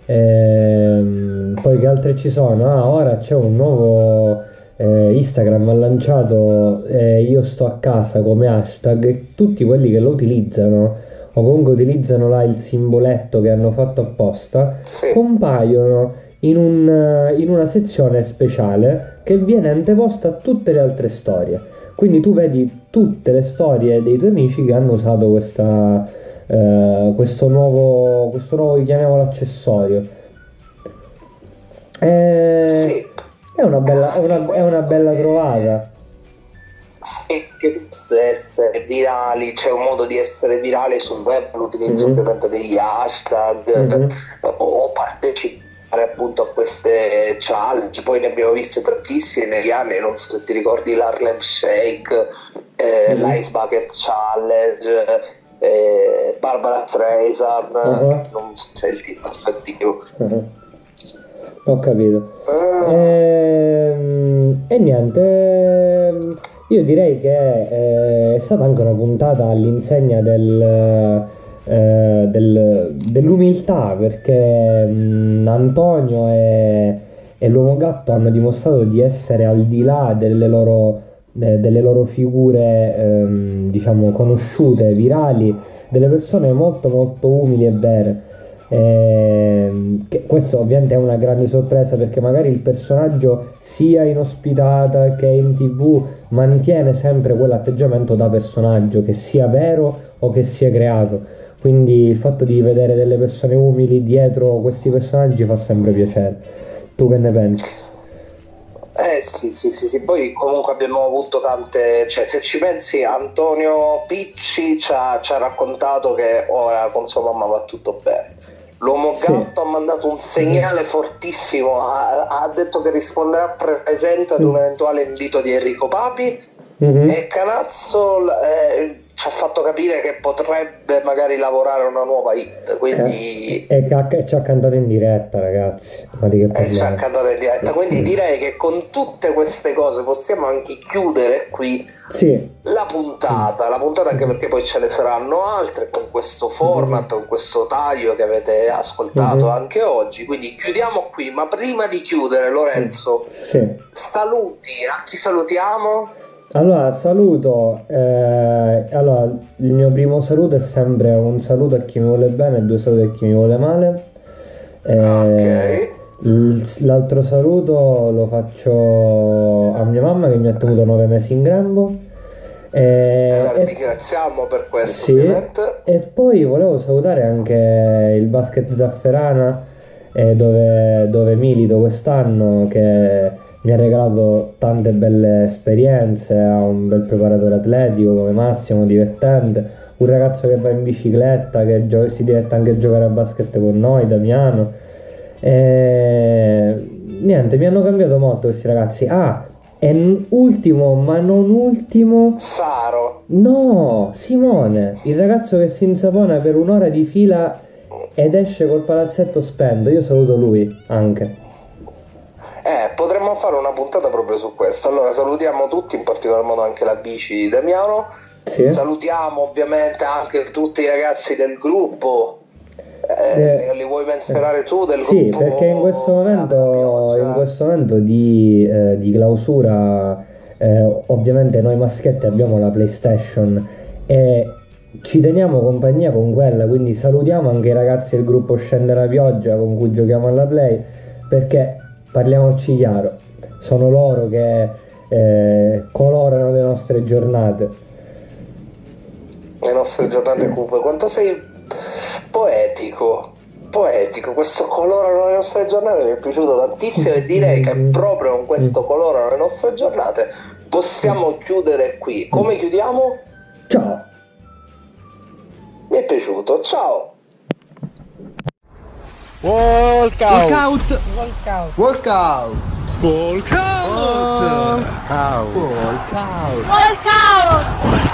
Ehm, poi che altre ci sono? Ah, ora c'è un nuovo eh, Instagram ha lanciato eh, io sto a casa come hashtag e tutti quelli che lo utilizzano o comunque utilizzano là il simboletto che hanno fatto apposta Sì. compaiono in, un, in una sezione speciale che viene anteposta a tutte le altre storie. Quindi tu vedi tutte le storie dei tuoi amici che hanno usato questa, eh, questo nuovo, questo nuovo, chiamiamolo, accessorio. Eh, Sì. È una bella, è una, è una bella trovata. Sì, che possono essere virali, c'è un modo di essere virali sul web, l'utilizzo Mhm. ovviamente degli hashtag Mhm. o partecipare appunto a queste challenge. Poi ne abbiamo viste tantissime negli anni, non so se ti ricordi l'Harlem Shake, eh, Mhm. l'Ice Bucket Challenge, eh, Barbara Streisand, Mhm. non so se è il titolo effettivo. Uh-huh. Ho capito. Ehm, E, niente, ehm, io direi che eh, è stata anche una puntata all'insegna del, eh, del- dell'umiltà, perché mh, Antonio e, e l'Uomo Gatto hanno dimostrato di essere al di là delle loro, de- delle loro figure, ehm, diciamo, conosciute, virali, delle persone molto molto umili e vere. Ehm, che questo ovviamente è una grande sorpresa perché magari il personaggio sia in ospitata che in tv mantiene sempre quell'atteggiamento da personaggio, che sia vero o che sia creato. Quindi il fatto di vedere delle persone umili dietro questi personaggi fa sempre piacere. Tu che ne pensi? Eh sì, sì, sì, sì, poi comunque abbiamo avuto tante, cioè se ci pensi Antonio Picci ci ha, ci ha raccontato che ora con sua mamma va tutto bene. L'uomo Sì. gatto ha mandato un segnale fortissimo, ha, ha detto che risponderà presente ad un eventuale invito di Enrico Papi. Mhm. E Canazzo eh, ci ha fatto capire che potrebbe magari lavorare una nuova hit, quindi E ca- ci ha cantato in diretta, ragazzi. Ma di che eh, ci ha parliamo? cantato in diretta. Quindi direi che con tutte queste cose possiamo anche chiudere qui Sì, la puntata, la puntata anche perché poi ce ne saranno altre con questo format, con questo taglio che avete ascoltato Mhm. anche oggi. Quindi chiudiamo qui, ma prima di chiudere, Lorenzo, sì. saluti, a chi salutiamo? Allora, saluto. eh, allora, il mio primo saluto è sempre un saluto a chi mi vuole bene e due saluti a chi mi vuole male. Eh, l- L'altro saluto lo faccio a mia mamma che mi ha tenuto nove mesi in grembo. Eh, La e- ringraziamo per questo, Sì, ovviamente. e poi volevo salutare anche il Basket Zafferana, eh, dove, dove milito quest'anno, che mi ha regalato tante belle esperienze, ha un bel preparatore atletico come Massimo, divertente, un ragazzo che va in bicicletta, che gio- si diverte anche a giocare a basket con noi, Damiano. E niente, mi hanno cambiato molto questi ragazzi. Ah, e n- ultimo, ma non ultimo... Saro, No, Simone, il ragazzo che si insapona per un'ora di fila ed esce col palazzetto spento. Io saluto lui anche. eh, potremmo fare una puntata proprio su questo. Allora salutiamo tutti, in particolar modo anche la bici di Damiano. Sì. Salutiamo ovviamente anche tutti i ragazzi del gruppo. Eh, Eh, li vuoi menzionare tu del Sì, gruppo? perché in questo momento, Pioggia? in questo momento di, eh, di clausura, eh, ovviamente noi maschietti abbiamo la PlayStation e ci teniamo compagnia con quella, quindi salutiamo anche i ragazzi del gruppo Scende la Pioggia con cui giochiamo alla Play, perché parliamoci chiaro, sono loro che eh, colorano le nostre giornate. Le nostre giornate cupe. Quanto sei poetico, poetico, questo colorano le nostre giornate mi è piaciuto tantissimo e direi che proprio con questo colorano le nostre giornate possiamo chiudere qui. Come chiudiamo? Ciao! Mi è piaciuto, ciao! Walkout! Walkout! Walkout! Walkout! Walkout! Walkout!